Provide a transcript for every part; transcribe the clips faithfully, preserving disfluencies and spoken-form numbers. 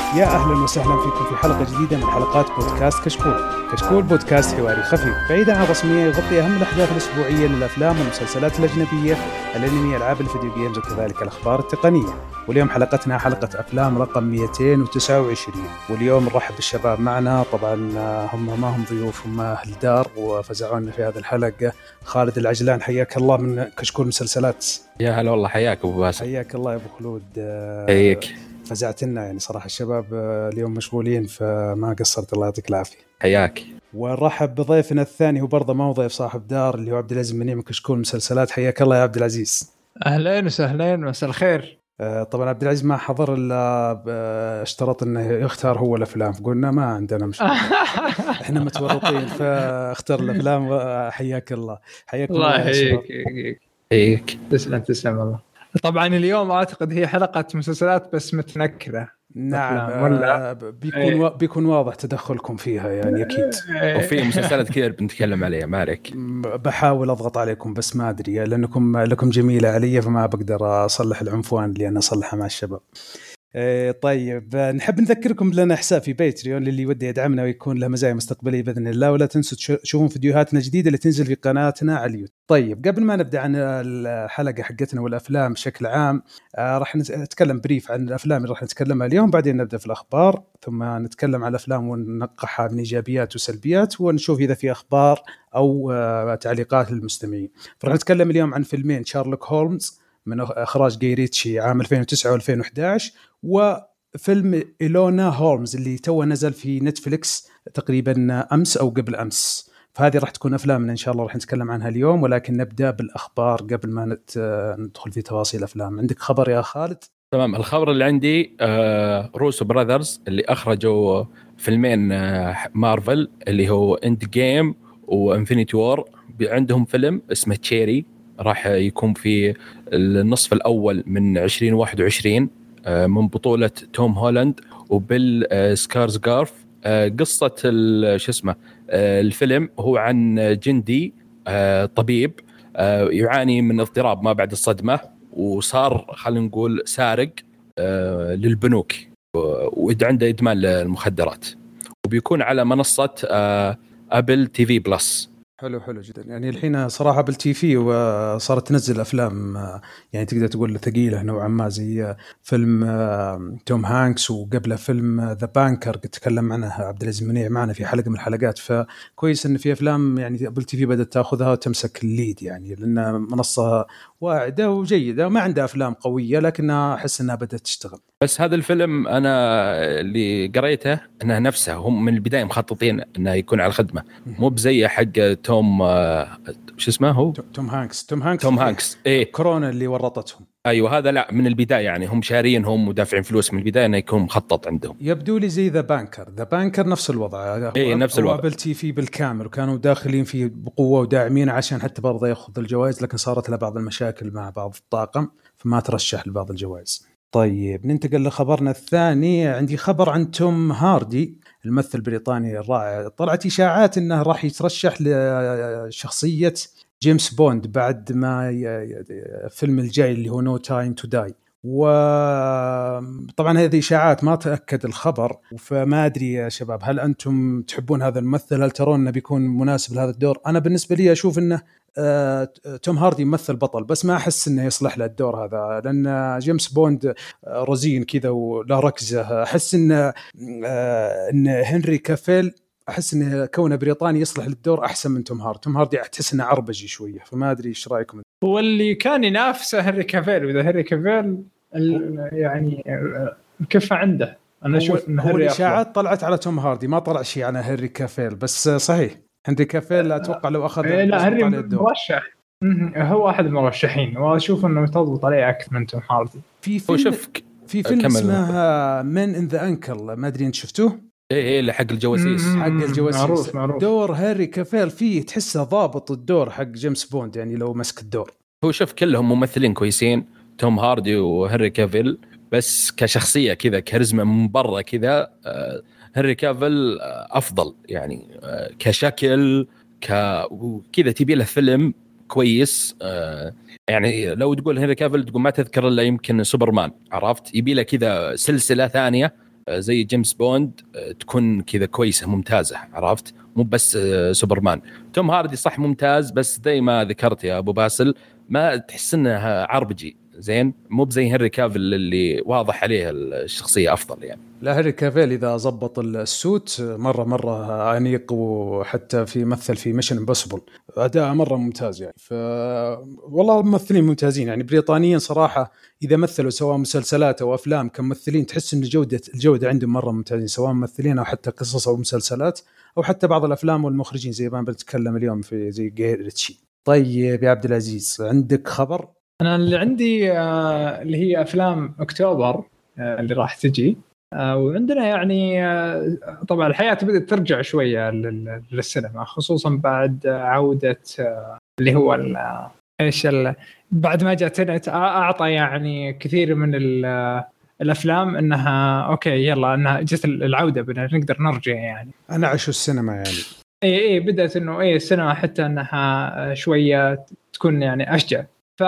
يا أهلا وسهلا فيكم في حلقة جديدة من حلقات بودكاست كشكول. كشكول بودكاست حواري خفيف بعيدا عن الرسمية، يغطي أهم الأحداث الأسبوعية للأفلام والمسلسلات الأجنبية، الأنمي، ألعاب الفيديو جيمز، وكذلك الأخبار التقنية. واليوم حلقتنا حلقة أفلام رقم مئتين وتسعة وعشرين، واليوم نرحب بالشباب معنا. طبعا هم ما هم ضيوف، هم أهل دار وفزعونا في هذه الحلقة. خالد العجلان حياك الله من كشكول مسلسلات. يا هلا والله، حياك أبو باسم. حياك الله يا أبو خلود. حياك. فزعتنا يعني صراحة الشباب اليوم مشغولين فما قصرت، الله يعطيك العافية. حياك. ونرحب بضيفنا الثاني، هو برضه ما هو ضيف، صاحب دار، اللي هو عبد العزيز منيع من كشكول مسلسلات. حياك الله يا عبد العزيز. أهلين وسهلين، مساء الخير. طبعا عبد العزيز ما حضر إلا اشترط انه يختار هو الافلام، قلنا ما عندنا مشكله احنا متورطين فاختار الافلام. حياك الله. حياك الله يحييك. حياك. تسلم تسلم الله. طبعا اليوم اعتقد هي حلقه مسلسلات بس متنكره. نعم ولا بيكون ايه. و... بيكون واضح تدخلكم فيها يعني اكيد. ايه. وفي مسلسلات كثير بنتكلم عليها، ما عليك. بحاول اضغط عليكم بس ما ادري لانكم لكم جميله علي، فما بقدر اصلح العنفوان اللي انا اصلحها مع الشباب. طيب نحب نذكركم لنا حساب في باتريون للي ودي يدعمنا ويكون له مزايا مستقبليه باذن الله، ولا تنسوا تشوفون فيديوهاتنا الجديده اللي تنزل في قناتنا على اليوتيوب. طيب قبل ما نبدا عن الحلقه حقتنا والافلام بشكل عام، آه راح نتكلم بريف عن الافلام اللي راح نتكلمها اليوم، بعدين نبدا في الاخبار، ثم نتكلم عن الافلام وننقحها من ايجابيات وسلبيات، ونشوف اذا في اخبار او آه تعليقات للمستمعين. فراح نتكلم اليوم عن فيلمين: شارلوك هولمز من اخراج جاي ريتشي عام ألفين وتسعة وألفين وأحد عشر، وفيلم إيلونا هولمز اللي توه نزل في نتفليكس تقريبا أمس أو قبل أمس. فهذه راح تكون أفلامنا إن شاء الله راح نتكلم عنها اليوم، ولكن نبدأ بالأخبار قبل ما ندخل في تفاصيل الأفلام. عندك خبر يا خالد؟ تمام. الخبر اللي عندي آه روسو براذرز اللي أخرجوا فيلمين آه مارفل اللي هو إند جيم وإنفينيتي وور، عندهم فيلم اسمه تشيري راح يكون في النصف الأول من عشرين واحد وعشرين من بطولة توم هولاند وبيل سكارزغارف. قصة شو اسمه الفيلم هو عن جندي طبيب يعاني من اضطراب ما بعد الصدمة، وصار خلينا نقول سارق للبنوك وعنده إدمان للمخدرات، وبيكون على منصة أبل تي في بلس. حلو حلو جدا. يعني الحين صراحة بالتي في وصارت تنزل أفلام يعني تقدر تقول ثقيلة نوعا ما، زي فيلم توم هانكس، وقبله فيلم ذا بانكر تكلم عنه عبد العزيز منيع معنا في حلقة من الحلقات. فكويس إن في أفلام يعني بالتي في بدأت تأخذها وتمسك الليد، يعني لأن منصة واعدة وجيدة، ما عندها أفلام قوية لكنها أحس أنها بدأت تشتغل. بس هذا الفيلم أنا اللي قريته أنه نفسه هم من البداية مخططين أنه يكون على الخدمة، مو بزي حق توم شو اسمه هو توم هانكس توم هانكس توم هانكس إيه كورونا اللي ورطتهم. أيوة هذا لا، من البداية يعني هم شارين، هم مدافعين فلوس من البداية أنه يكون مخطط عندهم. يبدو لي زي ذا بانكر ذا بانكر نفس الوضع. إيه نفس الوضع. أبل تي في بالكامل وكانوا داخلين فيه بقوة وداعمين عشان حتى برضه يأخذ الجوائز، لكن صارت له بعض المشاكل مع بعض الطاقم فما ترشح لبعض الجوائز. طيب ننتقل لخبرنا الثاني. عندي خبر عن توم هاردي الممثل البريطاني الرائع. طلعت إشاعات أنه راح يترشح لشخصية جيمس بوند بعد ما فيلم الجاي اللي هو نو تايم تو داي، وطبعا هذه إشاعات ما تأكد الخبر. فما أدري يا شباب، هل أنتم تحبون هذا الممثل؟ هل ترون أنه بيكون مناسب لهذا الدور؟ أنا بالنسبة لي أشوف أنه آه توم هاردي ممثل بطل، بس ما أحس أنه يصلح له الدور هذا، لأن جيمس بوند رزين كذا ولا ركزة. أحس أنه آه أن هنري كافيل أحس أنه كونه بريطاني يصلح للدور أحسن من توم هاردي. توم هاردي أحس أنه عربجي شوية، فما أدري إيش رأيكم. هو اللي كان ينافسه هنري كافيل، وإذا هنري كافيل يعني كيف عنده. أنا أشوف إن هو الإشاعات طلعت على توم هاردي، ما طلع شيء عن هنري كافيل. بس صحيح هنري كافيل أتوقع لو أخذ لا هنري مرشح، هو أحد المرشحين، وأشوف إنه تضبط عليه أكثر من توم هاردي. في فيلم في فيلم اسمه من إن ذا أنكل، ما أدري أنت شفتوه؟ إيه إيه اللي حق الجواسيس. حق الجواسيس معروف معروف. دور هنري كافيل فيه تحسه ضابط الدور حق جيمس بوند، يعني لو مسك الدور. هو شوف كلهم ممثلين كويسين، توم هاردي وهنري كافيل، بس كشخصية كذا كاريزما من برا كذا آه هنري كافيل آه أفضل يعني آه كشكل كذا تبي له فيلم كويس. آه يعني لو تقول هنري كافيل تقول ما تذكر إلا يمكن سوبرمان، عرفت؟ يبي له كذا سلسلة ثانية زي جيمس بوند تكون كذا كويسة ممتازة، عرفت؟ مو بس سوبرمان. توم هاردي صح ممتاز، بس زي ما ذكرت يا أبو باسل ما تحس إنه عربجي زين، مو بزي هنري كافيل اللي واضح عليه الشخصية أفضل يعني. لا هنري كافيل إذا زبط السوت مرة مرة أنيق، وحتى في مثل في ميشن امبوسيبل أداء مرة ممتاز يعني. ف والله ممثلين ممتازين يعني بريطانيين صراحة، إذا مثلوا سواء مسلسلات أو أفلام كممثلين تحس إن جودة الجودة عندهم مرة ممتازين، سواء ممثلين أو حتى قصص أو مسلسلات أو حتى بعض الأفلام والمخرجين زي ما بنتكلم اليوم في زي جاي ريتشي. طيب يا عبد العزيز عندك خبر؟ أنا اللي عندي آه اللي هي أفلام أكتوبر آه اللي راح تجي، آه وعندنا يعني آه طبعا الحياة بدأت ترجع شوية للسينما، خصوصا بعد عودة آه اللي هو إيش بعد ما جاء تنت أعطى يعني كثير من الأفلام إنها أوكي يلا إنها جت العودة بدنا نقدر نرجع يعني. أنا عشو السينما يعني. إيه إيه بدأت إنه إيه السينما حتى إنها شوية تكون يعني أشجع.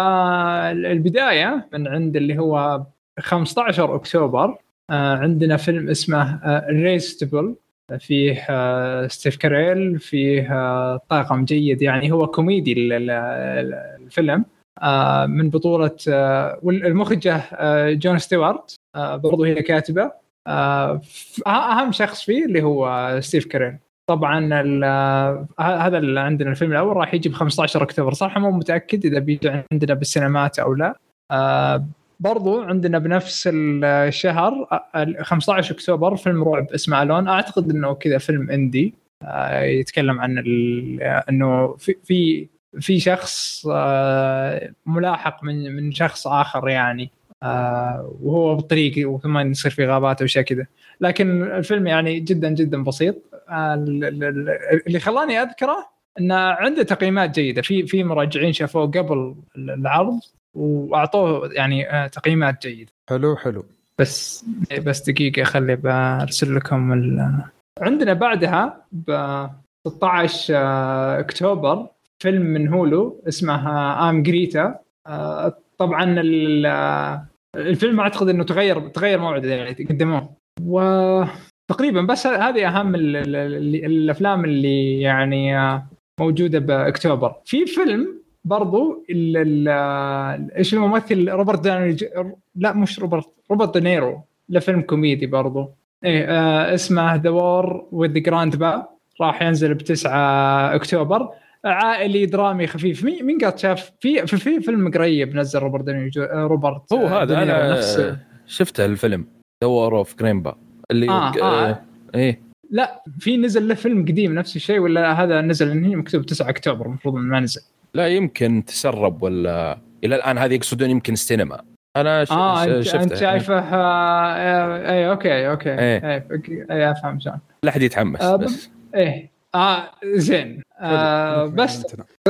فالبداية من عند اللي هو خمسة عشر أكتوبر آه عندنا فيلم اسمه ريستبل، فيه آه ستيف كاريل، فيه آه طاقم جيد يعني، هو كوميدي الفيلم آه من بطولة آه والمخرجة آه جون ستيوارت آه برضو هي كاتبة آه أهم شخص فيه اللي هو ستيف كاريل. طبعا هذا اللي عندنا الفيلم الأول راح يجي ب خمسة عشر أكتوبر، صراحة مو متأكد إذا بيجي عندنا بالسينمات أو لا. آه برضو عندنا بنفس الشهر خمسة عشر أكتوبر فيلم رعب اسمه ألون، أعتقد إنه كذا فيلم إندي آه يتكلم عن إنه في في في شخص آه ملاحق من من شخص آخر يعني آه وهو بالطريق وكمان يصير في غابات وشيء كذا. لكن الفيلم يعني جدا جدا بسيط. آه اللي خلاني أذكره إنه عنده تقييمات جيدة، في في مراجعين شافوه قبل العرض وأعطوه يعني آه تقييمات جيدة. حلو حلو. بس بس دقيقة خلي برسل لكم ال... عندنا بعدها ب ستة عشر أكتوبر فيلم من هولو اسمه آم جريتا. آه طبعا الفيلم أعتقد إنه تغير تغير موعده يعني قدموه، وتقريبا بس هذه أهم الأفلام اللي يعني موجودة بأكتوبر. في فيلم برضو إيش الممثل روبرت داني ج... لا مش روبرت روبرت دينيرو، لفيلم كوميدي برضو إيه آه اسمه The War with the Grandpa، راح ينزل بتسعة أكتوبر، عائلي درامي خفيف. مين مين قد شاف في في, في فيلم قريب نزل روبرت داني جو... روبرت هو هذا أنا نفسه شفته الفيلم The War of Grandpa اللي آه آه. آه. إيه لا في نزل له فيلم قديم نفس الشيء ولا هذا نزل إنه مكتوب تسعة أكتوبر المفروض ما نزل؟ لا يمكن تسرب ولا إلى الآن هذه يقصدون يمكن السينما. أنا ش... آه شفته. أنت شايفه آه... أي أوكي أوكي إيه أي أفهم شلون. لا حد يتحمس آه بس إيه آه زين آه بس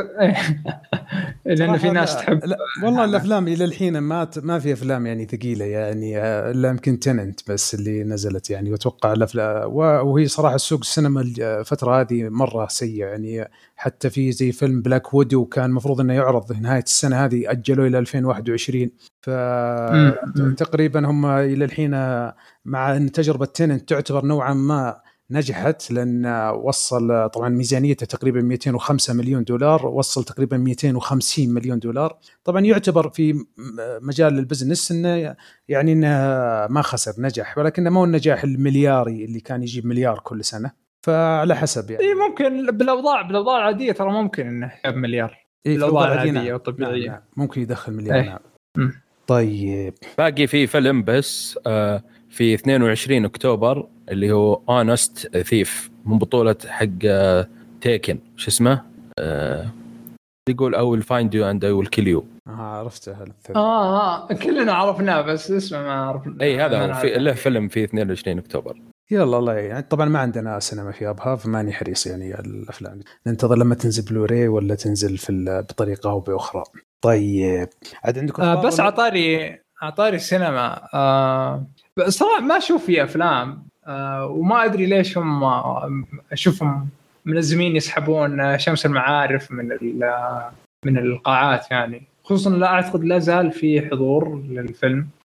لأن في ناس تحب. والله الأفلام إلى الحين ما ما في أفلام يعني ثقيلة يعني إلا يمكن تننت بس اللي نزلت يعني، وأتوقع الأفلام وهي صراحة السوق السينما الفترة هذه مرة سيئة يعني. حتى في زي فيلم بلاك وودو كان مفروض إنه يعرض نهاية السنة هذه أجلوه إلى ألفين وواحد وعشرين، فتقريبا هم إلى الحين مع أن تجربة تننت تعتبر نوعا ما نجحت، لأن وصل طبعا ميزانيته تقريبا مئتين وخمسة مليون دولار، وصل تقريبا مئتين وخمسين مليون دولار. طبعا يعتبر في مجال البزنس إنه يعني إنه ما خسر، نجح، ولكنه ما هو النجاح الملياري اللي كان يجيب مليار كل سنة. فعلى حسب يعني. إيه ممكن بالأوضاع بالأوضاع العادية ترى ممكن إنه يجيب مليار. إيه بالأوضاع العادية والطبيعية نعم نعم. ممكن يدخل مليار. إيه. نعم. طيب باقي في فيلم بس آه في اثنين وعشرين أكتوبر اللي هو Honest Thief من بطولة حق آه تيكن شو اسمه آه يقول I will find you and I will kill you. آه عرفته هالفيلم. آه, آه كلنا عرفناه بس اسمه ما عرفنا. أي هذا في له فيلم في اثنين وعشرين أكتوبر. يلا الله يعني. طبعا ما عندنا سينما في أبها فماني حريص يعني الأفلام، ننتظر لما تنزل بلوري ولا تنزل في بطريقة أو بأخرى. طيب عاد عندكم آه بس عطاري عطاري السينما آه صراحة ما أشوف في أفلام آه وما أدري ليش هم أشوفهم ملزمين يسحبون شمس المعارف من من القاعات يعني، خصوصا لا أعتقد لا زال في حضور للفيلم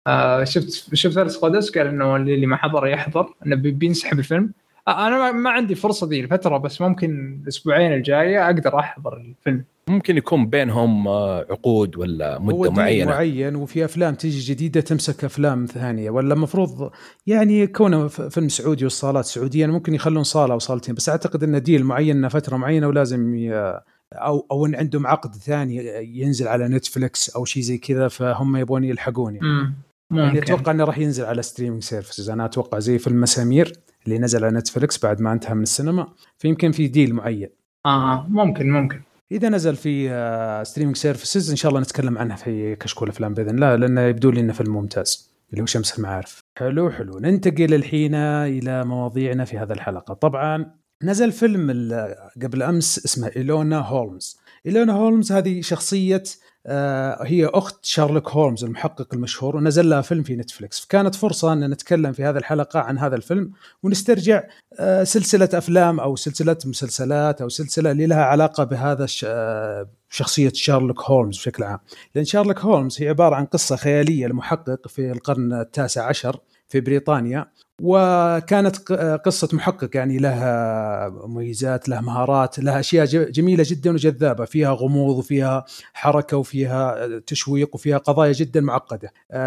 آه شفت شفت فارس قدس قال انه اللي ما حضر يحضر، انه بينسحب الفيلم. آه انا ما عندي فرصه دي الفتره، بس ممكن الاسبوعين الجايه اقدر احضر الفيلم. ممكن يكون بينهم عقود ولا مده معينه معين، وفي افلام تيجي جديده تمسك افلام ثانيه، ولا مفروض يعني كونه فيلم سعودي والصالات سعوديه ممكن يخلون صاله او صالتين، بس اعتقد ان ديل معين فتره معينه ولازم ي... او او ان عندهم عقد ثاني ينزل على نتفليكس او شيء زي كذا، فهم يبون يلحقون يعني. يعني اتوقع انه راح ينزل على ستريمينج سيرفيسز، انا اتوقع زي فيلم مسامير اللي نزل على نتفليكس بعد ما انتهى من السينما، فيمكن في ديل معين. اه ممكن ممكن إذا نزل في ستريمينج سيرفيسز إن شاء الله نتكلم عنها في كشكول أفلام بإذن الله، لأنه يبدو لي إنه فيلم ممتاز اللي هو شمس المعارف. حلو حلو ننتقل الحين إلى مواضيعنا في هذا الحلقة. طبعا نزل فيلم قبل أمس اسمه إيلونا هولمز. إيلونا هولمز هذه شخصية آه هي أخت شارلوك هولمز المحقق المشهور، ونزل لها فيلم في نتفليكس، فكانت فرصة أن نتكلم في هذه الحلقة عن هذا الفيلم ونسترجع آه سلسلة أفلام أو سلسلة مسلسلات أو سلسلة اللي لها علاقة بهذا آه شخصية شارلوك هولمز بشكل عام. لأن شارلوك هولمز هي عبارة عن قصة خيالية لمحقق في القرن التاسع عشر في بريطانيا، وكانت قصة محقق يعني لها مميزات، لها مهارات، لها أشياء جميلة جدا وجذابة، فيها غموض وفيها حركة وفيها تشويق وفيها قضايا جدا معقدة.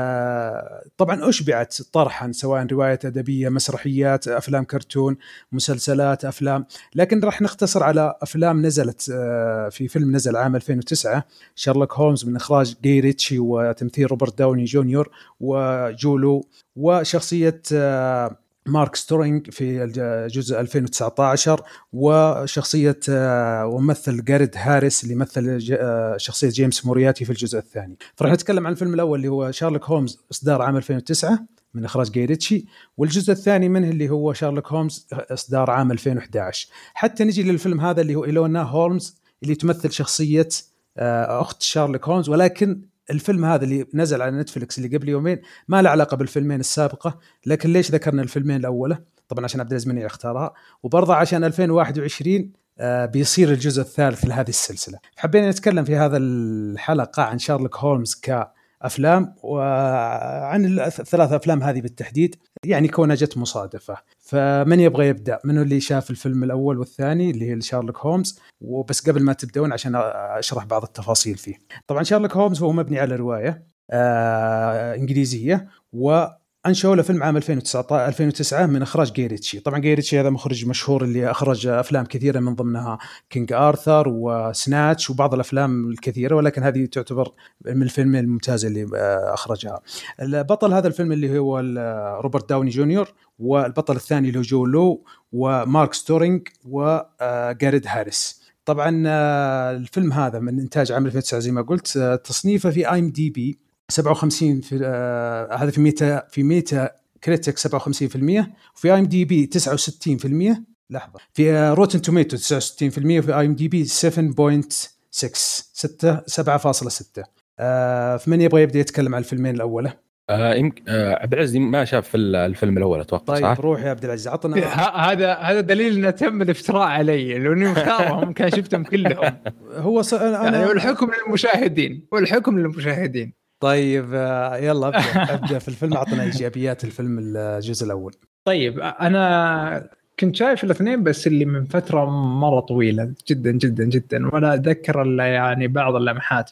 طبعا أشبعت طرحا سواء رواية أدبية، مسرحيات، أفلام كرتون، مسلسلات، أفلام، لكن راح نختصر على أفلام نزلت في فيلم نزل عام ألفين وتسعة شارلوك هولمز من إخراج جاي ريتشي وتمثيل روبرت داوني جونيور وجولو، وشخصية مارك ستورينغ في الجزء ألفين وتسعة عشر، وشخصية وممثل جاريد هاريس اللي مثل شخصية جيمس مورياتي في الجزء الثاني. فرح نتكلم عن الفيلم الأول اللي هو شارلوك هولمز إصدار عام ألفين وتسعة من إخراج جاي ريتشي، والجزء الثاني منه اللي هو شارلوك هولمز إصدار عام ألفين وإحدى عشر. حتى نجي للفيلم هذا اللي هو إيلونا هولمز اللي تمثل شخصية أخت شارلوك هولمز، ولكن الفيلم هذا اللي نزل على نتفليكس اللي قبل يومين ما له علاقة بالفيلمين السابقة. لكن ليش ذكرنا الفيلمين الأولى؟ طبعا عشان عبد العزيز منيع اختارها، وبرضه عشان ألفين وواحد وعشرين آه بيصير الجزء الثالث لهذه السلسلة. حبينا نتكلم في هذا الحلقة عن شارلوك هولمز كأفلام، وعن الثلاث أفلام هذه بالتحديد، يعني كونها جت مصادفة. فمن يبغى يبدأ؟ منو اللي شاف الفيلم الأول والثاني اللي هي شارلوك هولمز؟ وبس قبل ما تبدأون عشان أشرح بعض التفاصيل فيه. طبعا شارلوك هولمز هو مبني على رواية آه إنجليزية، وأنشأوا له فيلم عام ألفين وتسعة من إخراج جاي ريتشي. طبعا جاي ريتشي هذا مخرج مشهور اللي أخرج أفلام كثيرة من ضمنها كينج آرثر وسناتش وبعض الأفلام الكثيرة، ولكن هذه تعتبر من الفيلم الممتازة اللي أخرجها. البطل هذا الفيلم اللي هو روبرت داوني جونيور، والبطل الثاني اللي هو جو لو ومارك ستورينغ وجاريد هاريس. طبعا الفيلم هذا من إنتاج عام ألفين وتسعة زي ما قلت. تصنيفه في آي إم دي بي سبعة وخمسين في آه هذا في ميتا في ميتا كريتيك سبعة وخمسين بالمئة، وفي آي إم دي بي تسعة وستين بالمئة. لحظة، في آه روتن توميتو تسعة وستين بالمئة، وفي آي إم دي بي سبعة فاصلة ستة سبعة فاصلة ستة. آه فمن يبغى يبدأ يتكلم عن الفيلمين الأولى؟ آه يمكن آه عبد العزيز ما شاف الفيلم الأول أتوقع. طيب صح؟ روح يا عبد العزيز عطنا. هذا هذا دليل إنه تم الافتراء علي لأني مختارهم كان شفتهم كلهم. هو س... أنا... يعني والحكم للمشاهدين والحكم للمشاهدين. طيب يلا ابدا ابدا في الفيلم، اعطنا ايجابيات الفيلم الجزء الاول. طيب انا كنت شايف الاثنين بس اللي من فتره مره طويله جدا جدا جدا، ولا اتذكر الا يعني بعض اللمحات.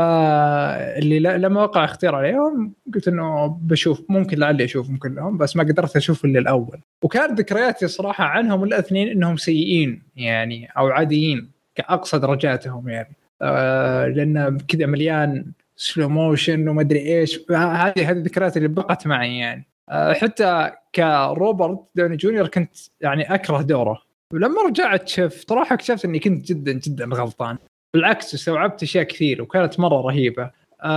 فاللي لما وقع اختيار عليهم قلت انه بشوف ممكن لعلي اشوفهم كلهم، بس ما قدرت اشوف اللي الاول. وكانت ذكرياتي صراحه عنهم الاثنين انهم سيئين يعني او عاديين كاقصى درجاتهم يعني. آه لان كذا مليان سلو موشن وما ادري ايش. هذه هذه الذكريات اللي بقت معي يعني. أه حتى كروبرت داوني جونيور كنت يعني اكره دوره، ولما رجعت شفت صراحه اكتشفت اني كنت جدا جدا غلطان. بالعكس استوعبت اشياء كثير وكانت مره رهيبه.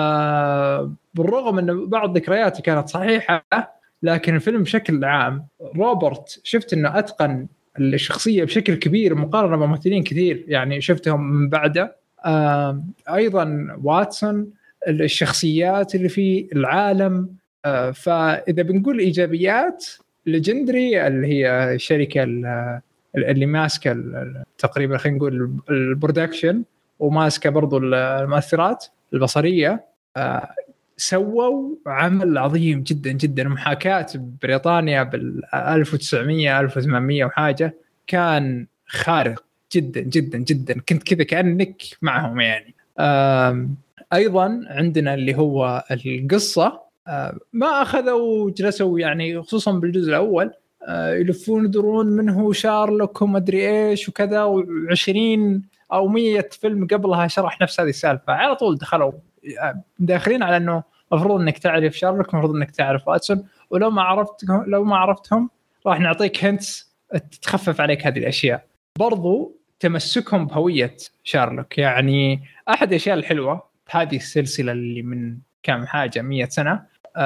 أه بالرغم ان بعض ذكرياتي كانت صحيحه، لكن الفيلم بشكل عام روبرت شفت انه اتقن الشخصيه بشكل كبير مقارنه بممثلين كثير يعني شفتهم من بعده. أه ايضا واتسون، الشخصيات اللي في العالم. آه فإذا بنقول إيجابيات، ليجندري اللي هي الشركة اللي ماسكة تقريبا خلينا نقول البرودكشن وماسكة برضو المؤثرات البصرية، آه سووا عمل عظيم جدا جدا. محاكاة بريطانيا بال ألف وتسعمية ألف وثمانمية وحاجة كان خارق جدا جدا جدا. كنت كذا كأنك معهم يعني. أيضا عندنا اللي هو القصة ما أخذوا جلسوا يعني خصوصا بالجزء الأول يلفون يدورون منه شارلوك وما أدري إيش وكذا، وعشرين أو مية فيلم قبلها شرح نفس هذه السالفة. على طول دخلوا داخلين على أنه مفروض إنك تعرف شارلوك، مفروض إنك تعرف واتسون، ولو ما عرفت لو ما عرفتهم راح نعطيك هنتس تخفف عليك هذه الأشياء. برضو تمسكهم بهوية شارلوك يعني أحد الأشياء الحلوة بهذه السلسلة اللي من كم حاجة مية سنة.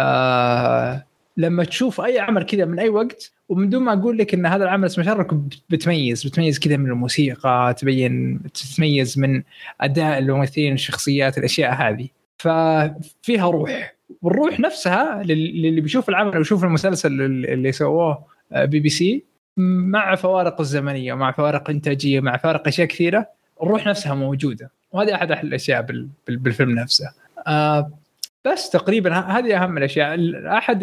آه لما تشوف أي عمل كذا من أي وقت ومن دون ما أقول لك إن هذا العمل اسمه شارلوك، بتميز بتميز كذا من الموسيقى، تبين تتميز من أداء الممثلين، الشخصيات، الأشياء هذه. ففيها روح، والروح نفسها للي بيشوف العمل ويشوف المسلسل اللي سووه بي بي سي مع فوارق الزمنية ومع فوارق إنتاجية مع فوارق أشياء كثيرة، الروح نفسها موجودة. وهذه أحد أحلى الأشياء بالفيلم نفسه. آه بس تقريبا هذه أهم الأشياء. أحد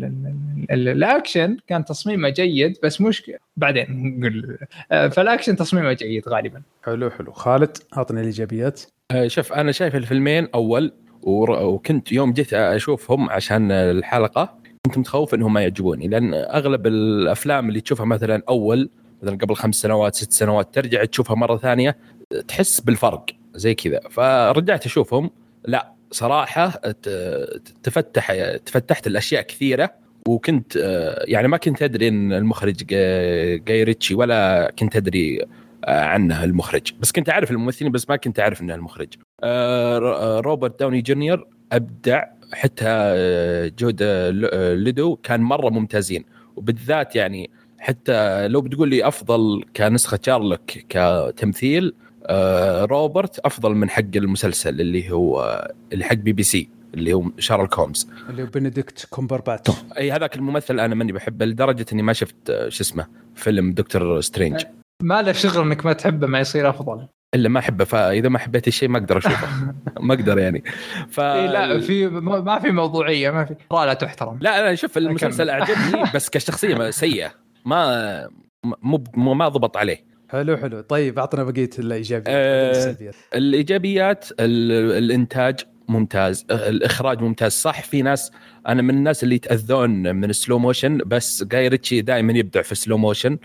الأكشن كان تصميمه جيد بس مش بعدين نقول. فالأكشن تصميمه جيد غالبا. حلو حلو. خالد أعطني الإيجابيات. شوف أنا شايف الفيلمين أول، وكنت يوم جيت أشوفهم عشان الحلقة كنت متخوف إنهم ما يعجبوني، لأن أغلب الأفلام اللي تشوفها مثلا أول مثلا قبل خمس سنوات ست سنوات ترجع تشوفها مرة ثانية تحس بالفرق زي كذا. فرجعت أشوفهم، لا صراحة تفتح تفتحت الأشياء كثيرة، وكنت يعني ما كنت أدري إن المخرج جاي ريتشي ولا كنت أدري عنه المخرج، بس كنت أعرف الممثلين بس ما كنت أعرف إنه المخرج. روبرت داوني جونيور أبدع، حتى جود ليدو كان مرة ممتازين، وبالذات يعني حتى لو بتقول لي أفضل كنسخة شارلوك كتمثيل روبرت أفضل من حق المسلسل اللي هو اللي حق بي بي سي اللي هو شارلوك هومز اللي هو بنديكت كومبرباتش. أي هذاك الممثل أنا مني بحبه لدرجة إني ما شفت شو اسمه فيلم دكتور سترينج. ما له شغل إنك ما تحبه ما يصير أفضل إلا ما أحبه، فإذا ما حبيت الشيء ما أقدر أشوفه ما أقدر يعني ف... لا في ما في موضوعية، ما في لا تحترم. لا أنا شوف المسلسل أعجبني بس كشخصية سيئة ما مو ما ضبط عليه. حلو حلو. طيب أعطنا بقية الإيجابيات. أه الإيجابيات الإنتاج ممتاز، الإخراج ممتاز. صح في ناس أنا من الناس اللي يتأذون من السلو موشن، بس جاي ريتشي دائما يبدع في السلو موشن.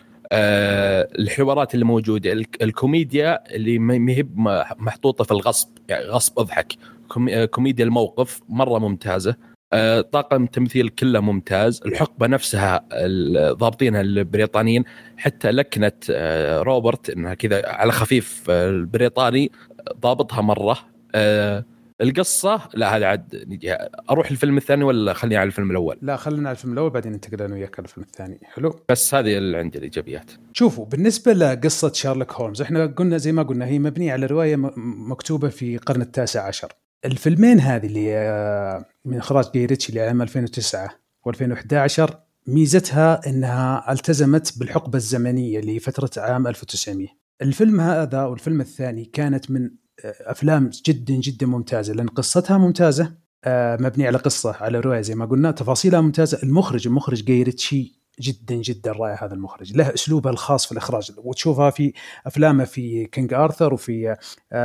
أه الحوارات اللي موجودة، الكوميديا اللي مهب محطوطة في الغصب يعني غصب أضحك، كوميديا الموقف مرة ممتازة. أه طاقم تمثيل كله ممتاز، الحقبة نفسها ضابطينها البريطانيين، حتى لكنة أه روبرت إنها كذا على خفيف البريطاني ضابطها مرة. أه القصة لا هذا عاد نجي أروح الفيلم الثاني ولا خليني على الفيلم الأول؟ لا خلينا على الفيلم الأول بعدين ننتقل أنا وياك على الفيلم الثاني. حلو. بس هذه اللي عندي الإيجابيات. شوفوا بالنسبة لقصة شارلوك هولمز، إحنا قلنا زي ما قلنا هي مبنية على رواية مكتوبة في القرن التاسع عشر. الفيلمين هذه اللي من إخراج جاي ريتشي اللي عام ألفين وتسعة وألفين وإحدى عشر ميزتها إنها التزمت بالحقبة الزمنية اللي فترة عام ألف وتسعمية. الفيلم هذا والفيلم الثاني كانت من أفلام جدا جدا ممتازة، لأن قصتها ممتازة، مبنية على قصة على رواية زي ما قلنا، تفاصيلها ممتازة. المخرج المخرج جاي ريتشي جدا جدا رائع. هذا المخرج له أسلوبه الخاص في الإخراج، وتشوفها في أفلامه في كينج آرثر وفي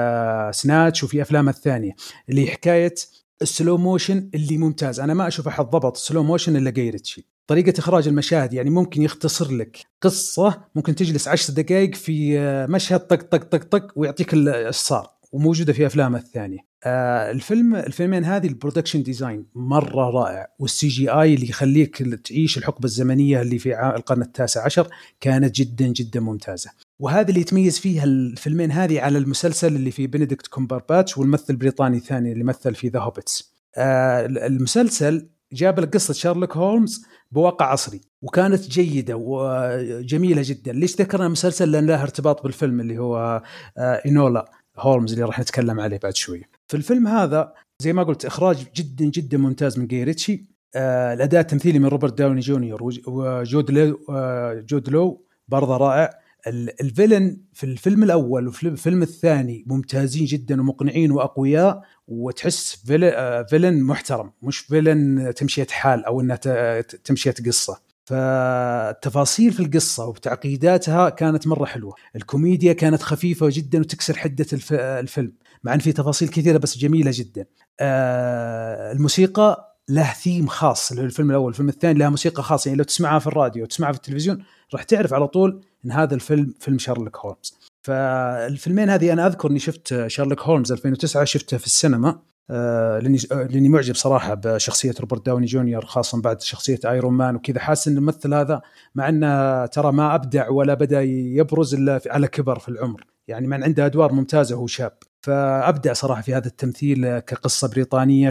آه سناتش وفي أفلامه الثانية اللي حكاية السلو موشن اللي ممتاز. أنا ما أشوف أحد ضبط السلو موشن إلا جاي ريتشي. طريقة إخراج المشاهد يعني ممكن يختصر لك قصة ممكن تجلس عشر دقائق في مشهد طق طق طق طق ويعطيك الصار، وموجودة في أفلامه الثانية. آه الفيلم الفيلمين هذه البرودكشن ديزاين مرة رائع، والسي جي آي اللي يخليك تعيش الحقبة الزمنية اللي في القرن التاسع عشر كانت جدا جدا ممتازة. وهذا اللي يتميز فيها الفيلمين هذه على المسلسل اللي في بنديكت كومبرباتش والممثل البريطاني الثاني اللي مثل في ذا هوبيتس. آه المسلسل جاب لك قصة شارلوك هولمز بواقع عصري وكانت جيدة وجميلة جدا. ليش ذكرنا المسلسل؟ لأن له ارتباط بالفيلم اللي هو آه إنولا هولمز اللي راح نتكلم عليه بعد شوية. في الفيلم هذا زي ما قلت إخراج جدا جدا ممتاز من جاي ريتشي. آه الأداء التمثيلي من روبرت داوني جونيور وجود لو آه جود لو برضه رائع. الفيلن في الفيلم الأول وفي الفيلم الثاني ممتازين جدا ومقنعين وأقوياء، وتحس فيلن محترم مش فيلن تمشية حال أو أنها تمشية قصة. فالتفاصيل في القصة وتعقيداتها كانت مرة حلوة. الكوميديا كانت خفيفة جدا وتكسر حدة الفيلم، مع أن في تفاصيل كثيرة بس جميلة جدا. الموسيقى له ثيم خاص للفيلم الأول، الفيلم الثاني له موسيقى خاصة، يعني لو تسمعها في الراديو وتسمعها في التلفزيون راح تعرف على طول إن هذا الفيلم فيلم شارلوك هولمز. فالفيلمين هذه أنا أذكر إني شفت شارلوك هولمز ألفين وتسعة شفته في السينما، آه لأني لأني معجب صراحة بشخصية روبرت داوني جونيور، خاصة بعد شخصية ايرون مان وكذا. حاسس إن الممثل هذا مع أنه ترى ما أبدع ولا بدأ يبرز إلا على كبر في العمر، يعني من عنده أدوار ممتازة وهو شاب، فأبدع صراحة في هذا التمثيل كقصة بريطانية،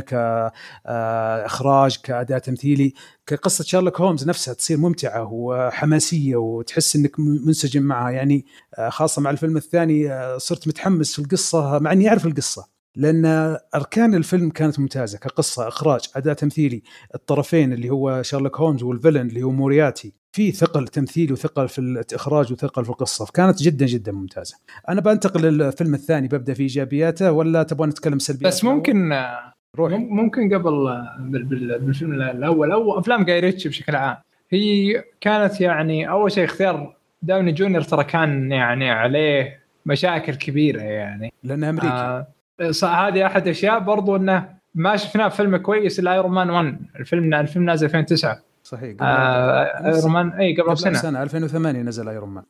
كإخراج، كأداء تمثيلي، كقصة شارلوك هولمز نفسها تصير ممتعة وحماسية وتحس إنك منسجم معها. يعني خاصة مع الفيلم الثاني صرت متحمس في القصة مع إني أعرف القصة، لأن أركان الفيلم كانت ممتازة كقصة، إخراج، أداء تمثيلي. الطرفين اللي هو شارلوك هولمز والفيلن اللي هو مورياتي في ثقل تمثيل وثقل في الإخراج وثقل في القصة، فكانت جدا جدا ممتازة. أنا بنتقل للفيلم الثاني، ببدأ في إيجابياته ولا تبغى نتكلم سلبيات؟ بس ممكن روح. ممكن قبل بالفيلم الأول أو أفلام جاي ريتشي بشكل عام، هي كانت يعني أول شيء اختيار داوني جونيور ترى كان يعني عليه مشاكل كبيرة، يعني لأنه أمريكي. آه هذه أحد أشياء برضو أنه ما شفناه فيلم كويس إلا ايرون مان واحد. الفيلم الفيلم نازل ألفين وتسعة صحيح. ايرون مان اي قبل, قبل سنة. سنه ألفين وثمانية نزل ايرون مان.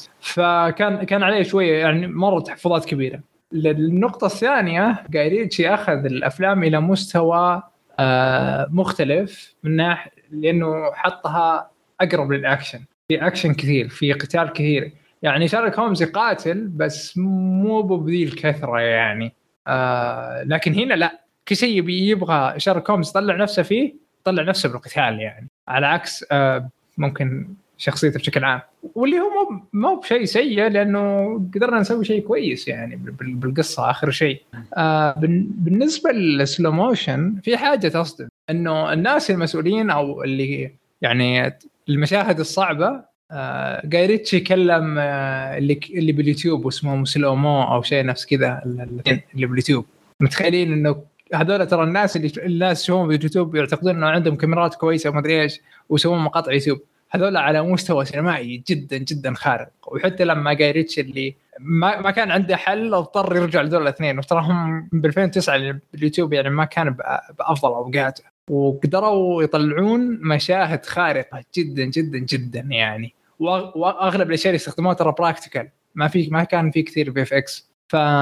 فكان كان عليه شويه يعني مره تحفظات كبيره. النقطه الثانيه جاي ريتشي اخذ الافلام الى مستوى آه مختلف من ناحيه، لانه حطها اقرب للاكشن، في اكشن كثير، في قتال كثير. يعني شارلوك هولمز يقاتل بس مو بذي الكثره يعني، آه لكن هنا لا، كل شيء يبغى شارلوك هولمز يطلع نفسه فيه، يطلع نفسه بالقتال يعني، على عكس آه ممكن شخصيته بشكل عام، واللي هو مو مو بشيء سيء لأنه قدرنا نسوي شيء كويس يعني بالقصة آخر شيء. آه بالنسبة للسلو موشن في حاجة تصدم، إنه الناس المسؤولين أو اللي يعني المشاهد الصعبة، آه جاي ريتشي يكلم آه اللي اللي باليوتيوب واسمه سلو مو أو شيء نفس كذا اللي باليوتيوب، متخيلين إنه هذول ترى الناس اللي الناس يشوفون باليوتيوب يعتقدون إنه عندهم كاميرات كويسة وما أدري إيش ويسوون مقاطع يوتيوب، هذول على مستوى سينمائي جدا جدا خارق. وحتى لما جاي ريتشي اللي ما ما كان عنده حل اضطر يرجع لدول الاثنين، وتراهم ب ألفين وتسعة باليوتيوب يعني ما كان بأفضل أوقاته، وقدروا يطلعون مشاهد خارقة جدا جدا جدا يعني. وأغلب الأشياء اللي استخدموها ترى براكتيكال، ما في ما كان في كثير بي إف إكس.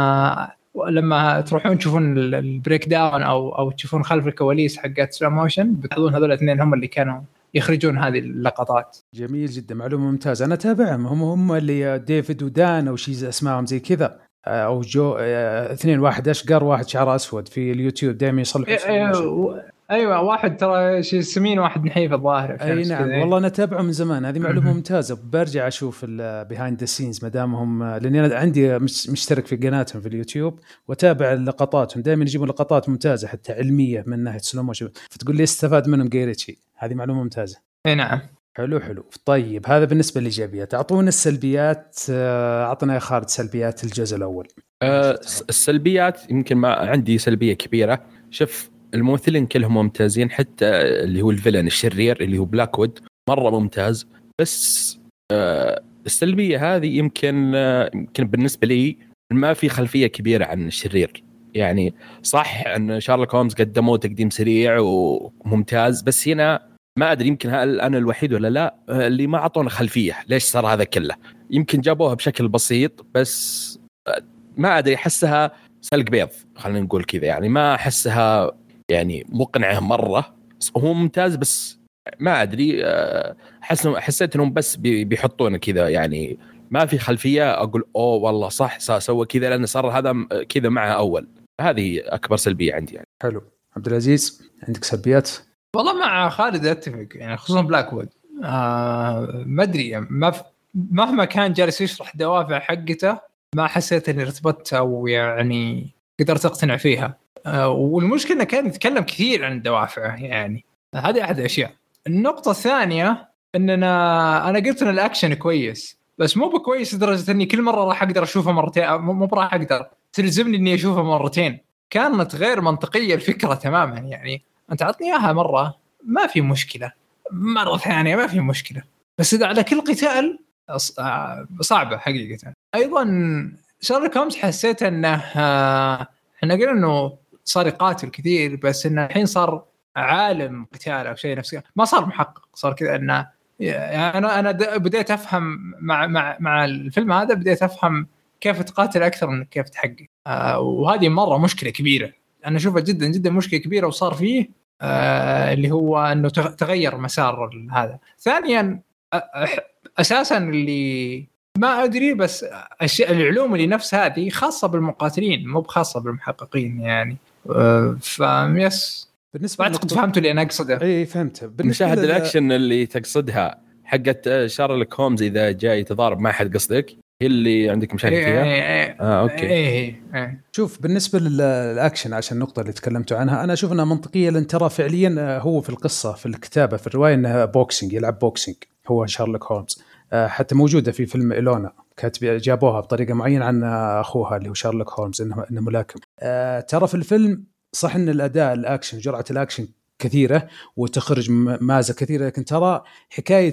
فلما تروحون تشوفون البريك داون أو أو تشوفون خلف الكواليس حقت سلو موشن بتلاحظون هذول الاثنين هم اللي كانوا يخرجون هذه اللقطات. جميل جدا، معلومة ممتازة. أنا تابعهم، هم هم اللي ديفيد ودان أو شيء اسمائهم زي كذا، أو جو اثنين، واحد أشقر واحد شعره أسود في اليوتيوب دائما يصلحوا. أيوة, أيوة واحد ترى شيء سمين واحد نحيف الظاهر. أي نعم والله أنا تابعه من زمان، هذه معلومة ممتازة. برجع أشوف البيهايند ذا سينز مدامهم، لأني أنا عندي مشترك في قناتهم في اليوتيوب وتابع لقطاتهم، دائما يجيبون لقطات ممتازة حتى علمية من ناحية سلو موشن، فتقول لي استفاد منهم جاي ريتشي، هذه معلومة ممتازة. اي نعم. حلو حلو. طيب هذا بالنسبة للإيجابيات، أعطونا السلبيات. أعطنا يا خالد سلبيات الجزء الأول. أه السلبيات يمكن ما عندي سلبية كبيرة. شوف الممثلين كلهم ممتازين، حتى اللي هو الفيلن الشرير اللي هو بلاكوود مرة ممتاز، بس أه السلبية هذه يمكن أه يمكن بالنسبة لي ما في خلفية كبيرة عن الشرير. يعني صح أن شارلوك هولمز قدموه تقديم سريع وممتاز، بس هنا ما أدري يمكن هل أنا الوحيد ولا لا اللي ما عطونا خلفية ليش صار هذا كله. يمكن جابوها بشكل بسيط بس ما أدري، أحسها سلق بيض خلينا نقول كذا، يعني ما أحسها يعني مقنعة مرة. هو ممتاز بس ما أدري، حس حسيت إنهم بس بيحطون كذا، يعني ما في خلفية أقول أوه والله صح سوى كذا لأن صار هذا كذا معه أول. هذه أكبر سلبية عندي يعني. حلو. عبد العزيز عندك سلبيات؟ والله مع خالد أتفق يعني، خصوصا بلاكوود آه ما أدري ما مهما كان جالس يشرح دوافع حقته ما حسيت إني ارتبطت أو يعني قدرت أقتنع فيها. آه والمشكلة إنه كان يتكلم كثير عن الدوافع، يعني هذه أحد الأشياء. النقطة الثانية إننا أنا قلت إن الأكشن كويس، بس مو بكويس لدرجه اني كل مره راح اقدر اشوفه مرتين، مو راح اقدر تلزمني اني اشوفه مرتين. كانت غير منطقيه الفكره تماما. يعني انت عطني اياها مره ما في مشكله، مره ثانيه ما في مشكله، بس اذا على كل قتال صعبه حقيقه. ايضا شارلوك هومز حسيت انه احنا قلنا انه صار يقاتل كثير، بس انه الحين صار عالم قتال او شيء نفسه، ما صار محقق، صار كذا انه يعني انا انا بديت افهم مع مع مع الفيلم هذا، بديت افهم كيف تقاتل اكثر من كيف تحقق. آه وهذه مره مشكله كبيره، انا اشوفها جدا جدا مشكله كبيره، وصار فيه آه اللي هو انه تغير مسار هذا. ثانيا اساسا اللي ما ادري، بس الشيء العلوم اللي نفس هذه خاصه بالمقاتلين مو بخاصه بالمحققين يعني. آه فيس بالنسبه اعتقد فهمتوا اللي انا اقصده. اي فهمته. مشاهد الاكشن اللي تقصدها حقت شارلوك هومز اذا جاي تضارب مع حد قصدك هي اللي عندك مشاهد فيها؟ إيه إيه اه اوكي. إيه إيه. شوف بالنسبه للاكشن عشان النقطه اللي تكلمتوا عنها انا اشوف انها منطقيه، لان ترى فعليا هو في القصه في الكتابه في الروايه انها بوكسينج، يلعب بوكسينج هو شارلوك هومز. حتى موجوده في فيلم إلونا، كانت جابوها بطريقه معينه عن اخوها اللي هو شارلوك هومز انه انه ملاكم. ترى في الفيلم صح ان الاداء الاكشن جرعه الاكشن كثيرة وتخرج مازة كثيرة، لكن ترى حكاية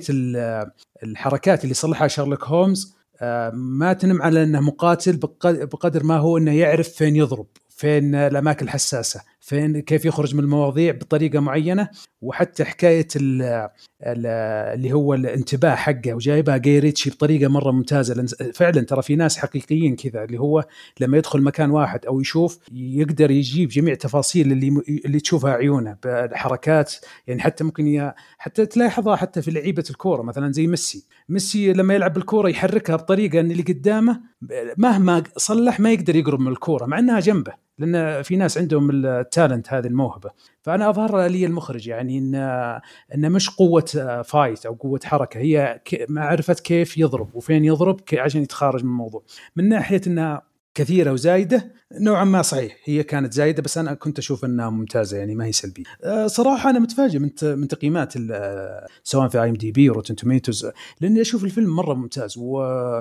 الحركات اللي صلحها شارلوك هومز ما تنم على أنه مقاتل بقدر ما هو أنه يعرف فين يضرب، فين الأماكن الحساسة، فين كيف يخرج من المواضيع بطريقة معينة. وحتى حكاية ال ال اللي هو الانتباه حقه وجايبها جاي ريتشي بطريقة مرة ممتازة. فعلا ترى في ناس حقيقيين كذا، اللي هو لما يدخل مكان واحد أو يشوف يقدر يجيب جميع تفاصيل اللي اللي تشوفها عيونه بالحركات. يعني حتى ممكن ي... حتى تلاحظها حتى في لعيبة الكورة مثلا زي ميسي. ميسي لما يلعب بالكورة يحركها بطريقة أن اللي قدامه مهما صلح ما يقدر يقرب من الكورة مع أنها جنبه، لأن في ناس عندهم التالنت هذه الموهبة. فأنا أظهر لي المخرج يعني إن إن مش قوة فايت أو قوة حركة، هي معرفة كيف يضرب وفين يضرب عشان يتخارج من الموضوع. من ناحية إنها كثيرة وزايدة نوعا ما صحيح، هي كانت زايدة، بس أنا كنت أشوف أنها ممتازة يعني ما هي سلبية. صراحة أنا متفاجئ من من تقييمات سواء في آي إم دي بي وروتن توميتوز، لأني أشوف الفيلم مرة ممتاز، و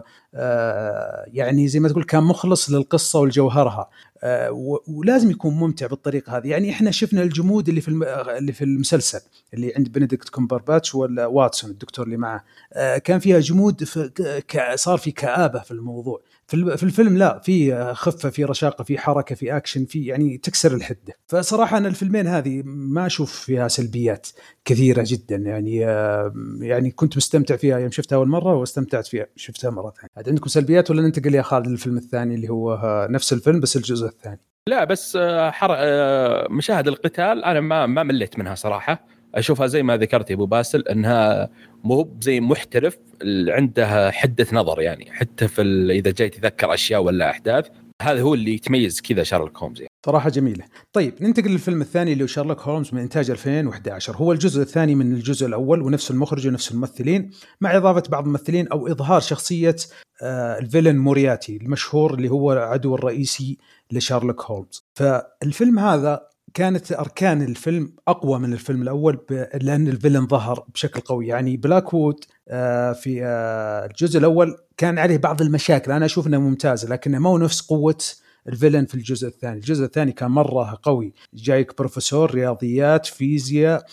يعني زي ما تقول كان مخلص للقصة والجوهرها، ولازم يكون ممتع بالطريقة هذه. يعني إحنا شفنا الجمود اللي في اللي في المسلسل اللي عند بنديكت كومبرباتش ولا واتسون الدكتور اللي معه، كان فيها جمود، صار في كآبة في الموضوع. في الفيلم لا، في خفة، في رشاقة، في حركة، في أكشن، في يعني تكسر الحدة. فصراحة أنا الفيلمين هذه ما أشوف فيها سلبيات كثيرة جدا يعني. يعني كنت مستمتع فيها يوم شفتها أول مرة واستمتعت فيها شفتها مرة ثانية. هل عندكم سلبيات ولا ننتقل يا خالد للفيلم الثاني اللي هو نفس الفيلم بس الجزء الثاني؟ لا بس حر... مشاهد القتال أنا ما ما مليت منها صراحة. أشوفها زي ما ذكرت يا أبو باسل أنها مو زي محترف عنده حدة نظر، يعني حتى في ال... إذا جاي تذكر أشياء ولا أحداث، هذا هو اللي يتميز كذا شارلوك هومز يعني. صراحة جميلة. طيب ننتقل للفيلم الثاني اللي هو شارلوك هومز من إنتاج ألفين وإحدى عشر. هو الجزء الثاني من الجزء الأول، ونفس المخرج ونفس الممثلين مع إضافة بعض الممثلين أو إظهار شخصية آه الفيلن مورياتي المشهور اللي هو العدو الرئيسي لشارلوك هومز. فالفيلم هذا كانت أركان الفيلم أقوى من الفيلم الأول لأن الفيلن ظهر بشكل قوي. يعني بلاك وود في الجزء الأول كان عليه بعض المشاكل أنا أشوف أنها ممتازة، لكنه ما هو نفس قوة الفيلن في الجزء الثاني. الجزء الثاني كان مرة قوي، جايك بروفيسور رياضيات فيزياء،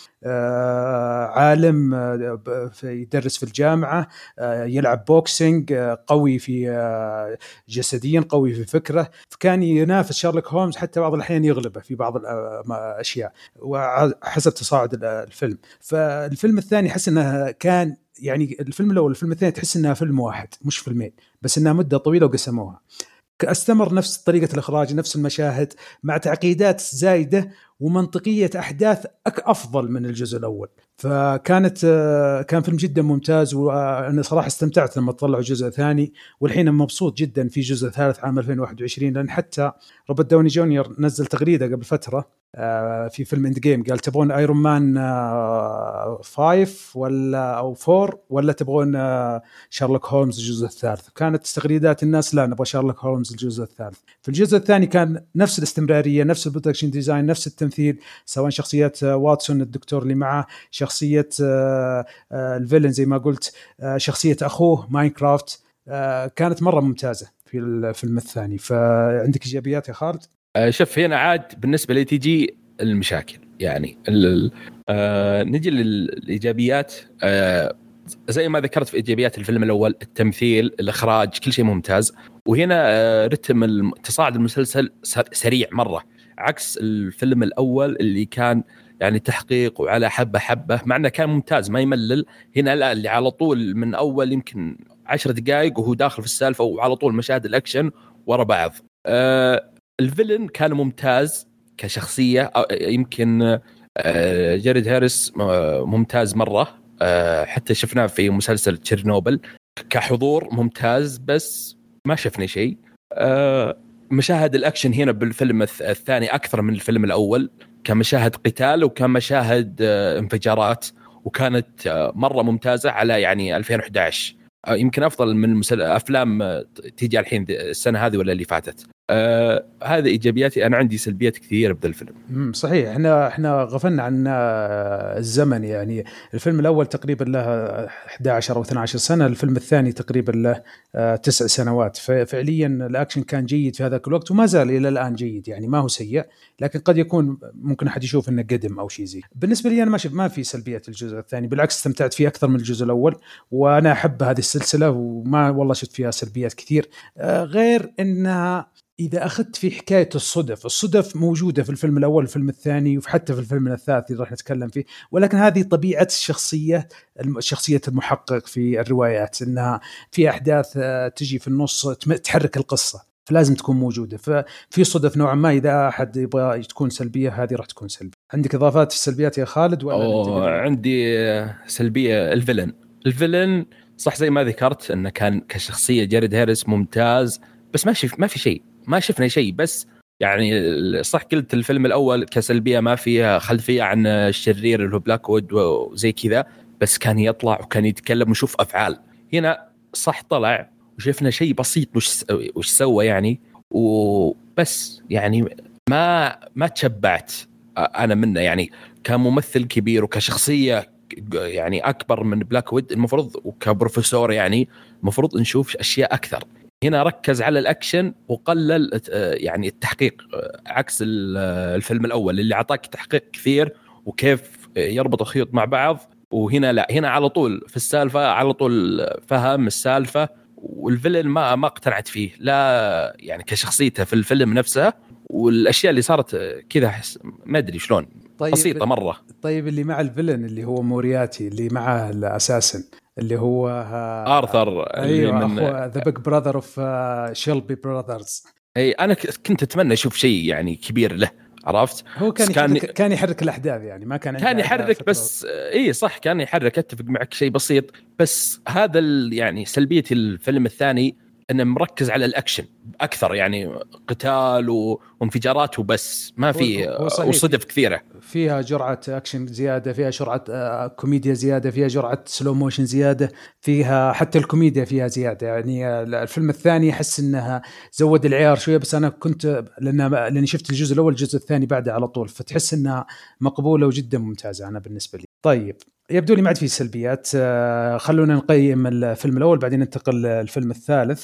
آه، عالم آه، يدرس في الجامعة، آه، يلعب بوكسينج، آه، قوي في آه، جسديا، قوي في فكرة، فكان ينافس شارلوك هومز، حتى بعض الأحيان يغلبه في بعض الأشياء وحسب تصاعد الفيلم. فالفيلم الثاني حس أنه كان يعني الفيلم الأول والفيلم الثاني تحس أنها فيلم واحد مش فيلمين، بس أنها مدة طويلة وقسموها. استمر نفس طريقة الإخراج، نفس المشاهد مع تعقيدات زايدة ومنطقية أحداث أفضل من الجزء الأول. فكانت كان فيلم جدا ممتاز، وأنا صراحة استمتعت لما طلعوا جزء ثاني، والحين مبسوط جدا في جزء ثالث عام ألفين وواحد وعشرين، لأن حتى روبرت داوني جونيور نزل تغريدة قبل فترة في فيلم اند جيم قال تبغون ايرون مان فايف ولا او فور ولا تبغون شارلوك هولمز الجزء الثالث. كانت تغريدات الناس لا نبغى شارلوك هولمز الجزء الثالث. في الجزء الثاني كان نفس الاستمراريه، نفس البرودكشن ديزاين، نفس التمثيل، سواء شخصيه واتسون الدكتور اللي معه، شخصيه الفيلن زي ما قلت، شخصيه اخوه ماينكرافت، كانت مره ممتازه في الفيلم الثاني. فعندك ايجابيات يا خالد؟ شوف هنا عاد بالنسبه لي تيجي المشاكل يعني آه نجي للايجابيات. آه زي ما ذكرت في ايجابيات الفيلم الاول، التمثيل، الاخراج، كل شيء ممتاز. وهنا آه رتم تصاعد المسلسل سريع مره عكس الفيلم الاول اللي كان يعني تحقيق وعلى حبه حبه، مع انه كان ممتاز ما يملل. هنا لا، اللي على طول من اول يمكن عشر دقائق وهو داخل في السالفه، وعلى طول مشاهد الاكشن ورا بعض. آه الفيلن كان ممتاز كشخصية، يمكن جاريد هاريس ممتاز مرة، حتى شفناه في مسلسل تشيرنوبل كحضور ممتاز، بس ما شفنا شيء. مشاهد الأكشن هنا بالفيلم الثاني أكثر من الفيلم الأول، كمشاهد قتال وكمشاهد انفجارات، وكانت مرة ممتازة على يعني ألفين وأحد عشر، يمكن أفضل من أفلام تيجي الحين السنة هذه ولا اللي فاتت. آه هذا إيجابياتي. أنا عندي سلبيات كثيرة بهذا الفيلم. امم صحيح. إحنا إحنا غفلنا عن الزمن، يعني الفيلم الأول تقريبا له أحد عشر أو اثنا عشر سنة، الفيلم الثاني تقريبا له آه تسع سنوات. ففعليا الأكشن كان جيد في هذاك الوقت وما زال إلى الآن جيد، يعني ما هو سيء، لكن قد يكون ممكن أحد يشوف إنه قدم أو شيء زي. بالنسبة لي أنا ما شف ما في سلبيات الجزء الثاني، بالعكس استمتعت فيه أكثر من الجزء الأول، وأنا أحب هذه السلسلة وما والله شفت فيها سلبيات كثير. آه غير إنها إذا أخذت في حكاية الصدف، الصدف موجودة في الفيلم الأول والفيلم الثاني وحتى في الفيلم الثالث اللي راح نتكلم فيه، ولكن هذه طبيعة الشخصية، شخصية المحقق في الروايات، إنها في أحداث تجي في النص تحرك القصة، فلازم تكون موجودة. ففي صدف نوعا ما، إذا أحد يبغى تكون سلبية هذه راح تكون سلبية. عندك إضافات في السلبيات يا خالد ولا؟ عندي سلبية الفيلن. الفيلن صح زي ما ذكرت إنه كان كشخصية جاريد هاريس ممتاز، بس ما شف ما في شيء، ما شفنا شيء. بس يعني صح قلت الفيلم الأول كسلبية ما فيها خلفية عن الشرير اللي هو بلاك وود وزي كذا، بس كان يطلع وكان يتكلم ونشوف أفعال. هنا صح طلع وشفنا شيء بسيط وش وش سوى يعني، وبس يعني ما ما تشبعت أنا منه يعني كممثل كبير وكشخصية يعني أكبر من بلاك وود المفروض، وكبروفيسور يعني المفروض نشوف أشياء أكثر. هنا ركز على الأكشن وقلل يعني التحقيق، عكس الفيلم الأول اللي عطاك تحقيق كثير وكيف يربط الخيوط مع بعض. وهنا لا، هنا على طول في السالفة، على طول فهم السالفة. والفيلن ما ما اقتنعت فيه، لا يعني كشخصيته في الفيلم نفسه، والأشياء اللي صارت كذا ما أدري شلون. طيب بسيطة مرة. طيب اللي مع الفيلن اللي هو مورياتي اللي معه الأساسن اللي هو آرثر، أيوة من ذا بيج براذر اوف شيلبي براذرز. اي انا كنت اتمنى اشوف شيء يعني كبير له، عرفت؟ هو كان كان يحرك, كان يحرك الاحداث يعني، ما كان كان يحرك بس اي صح كان يحرك، اتفق معك شيء بسيط. بس هذا يعني سلبيه الفيلم الثاني انه مركز على الاكشن اكثر، يعني قتال وانفجارات وبس، ما في وصدف كثيره. فيها جرعه اكشن زياده، فيها جرعه كوميديا زياده، فيها جرعه سلو موشن زياده، فيها حتى الكوميديا فيها زياده. يعني الفيلم الثاني احس انها زود العيار شويه، بس انا كنت لان لاني شفت الجزء الاول الجزء الثاني بعده على طول، فتحس انها مقبوله وجدا ممتازه انا بالنسبه لي. طيب يبدو لي ما عاد في سلبيات، خلونا نقيم الفيلم الأول بعدين ننتقل للفيلم الثالث.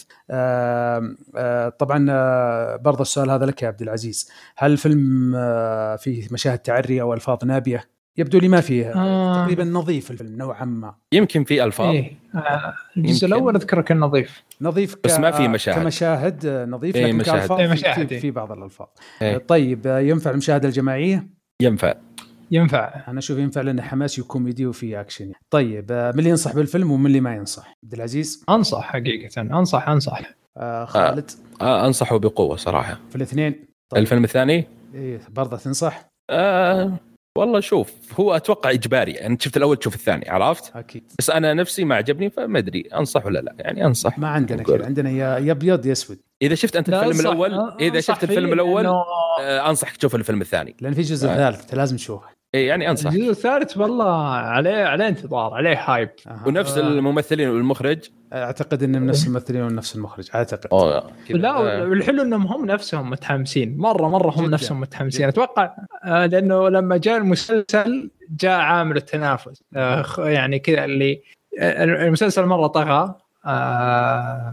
طبعا برضه السؤال هذا لك يا عبد العزيز، هل الفيلم فيه مشاهد تعري أو ألفاظ نابية؟ يبدو لي ما فيه، آه. تقريبا نظيف الفيلم نوعا ما. يمكن في ألفاظ إيه. آه. الجزء الأول أذكره كان نظيف نظيف بس ما في مشاهد كمشاهد نظيف، إيه لكن مشاهد. كألفاظ إيه في, في, في بعض الألفاظ. إيه. طيب ينفع المشاهدة الجماعية؟ ينفع ينفع أنا أشوف ينفع لأنه حماسي وكوميدي وفي أكشن. طيب من اللي ينصح بالفيلم ومن اللي ما ينصح؟ عبد العزيز. أنصح حقيقة، أنصح أنصح آه خالد. آه أنصحه بقوة صراحة في الاثنين. طيب. الفيلم الثاني إيه برضه تنصح؟ آه والله شوف هو اتوقع اجباري يعني انت شفت الاول تشوف الثاني عرفت اكيد بس انا نفسي ما عجبني فما ادري انصح ولا لا يعني انصح ما عندنا كذا عندنا يا يا ابيض يا اسود اذا شفت انت الفيلم الاول اذا شفت الفيلم الاول آه انصحك تشوف الفيلم الثاني لان في جزء آه. ثالث لازم تشوفه اي يعني انصح الجزء الثالث والله عليه عليه انتظار عليه هايب أه. ونفس الممثلين والمخرج اعتقد ان من نفس الممثلين ونفس المخرج اعتقد أوه. لا والحلو انهم هم نفسهم متحمسين مره مره هم جداً. نفسهم متحمسين جداً. اتوقع آه لانه لما جاء المسلسل جاء عامل التنافس آه يعني كذا اللي آه المسلسل مره طغى آه